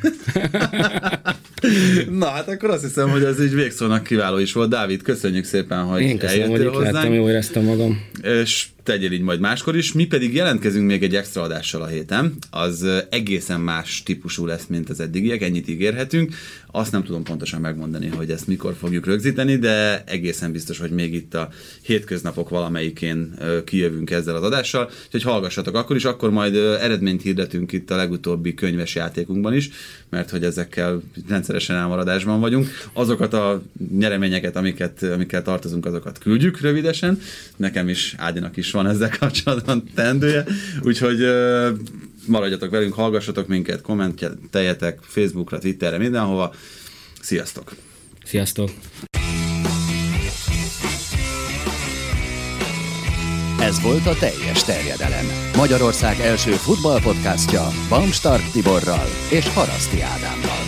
S2: Na, hát akkor azt hiszem, hogy ez így végszónak kiváló is volt. Dávid, köszönjük szépen, hogy eljöttél hozzánk.
S3: Láttam, jól éreztem magam.
S2: És tegyél így majd máskor is. Mi pedig jelentkezünk még egy extra adással a héten. Az egészen más típusú lesz, mint az eddigiek, ennyit ígérhetünk. Azt nem tudom pontosan megmondani, hogy ezt mikor fogjuk rögzíteni, de egészen biztos, hogy még itt a hétköznapok valamelyikén kijövünk ezzel az adással. Úgyhogy hallgassatok akkor is, akkor majd eredményt hirdetünk itt a legutóbbi könyves játékunkban is, mert hogy ezekkel rendszeresen elmaradásban vagyunk. Azokat a nyereményeket, amikkel tartozunk, azokat küldjük rövidesen. Nekem is, Ágyinak is van ezzel kapcsolatban teendője. Úgyhogy maradjatok velünk, hallgassatok minket, kommenteljetek Facebookra, Twitterre, mindenhova. Sziasztok!
S3: Sziasztok!
S1: Ez volt a Teljes Terjedelem. Magyarország első futballpodcastja Bamstark Tiborral és Haraszti Ádámmal.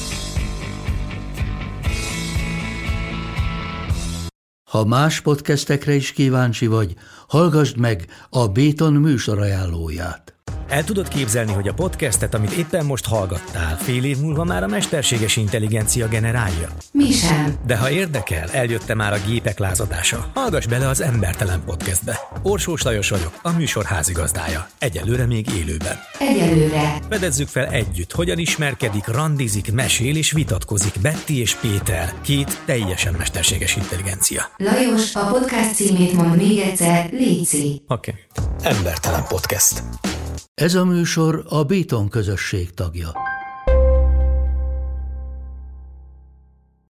S5: Ha más podcastekre is kíváncsi vagy, hallgassd meg a Béton műsor ajánlóját.
S6: El tudod képzelni, hogy a podcastet, amit éppen most hallgattál, fél év múlva már a mesterséges intelligencia generálja?
S7: Mi sem.
S6: De ha érdekel, eljött már a gépek lázadása. Hallgass bele az Embertelen Podcastbe. Orsós Lajos vagyok, a műsor házigazdája. Egyelőre még élőben.
S7: Egyelőre.
S6: Fedezzük fel együtt, hogyan ismerkedik, randizik, mesél és vitatkozik Betty és Péter, két teljesen mesterséges intelligencia.
S7: Lajos, a podcast címét mond még egyszer, léci.
S6: Oké. Embertelen Podcast.
S5: Ez a műsor a Béton közösség tagja.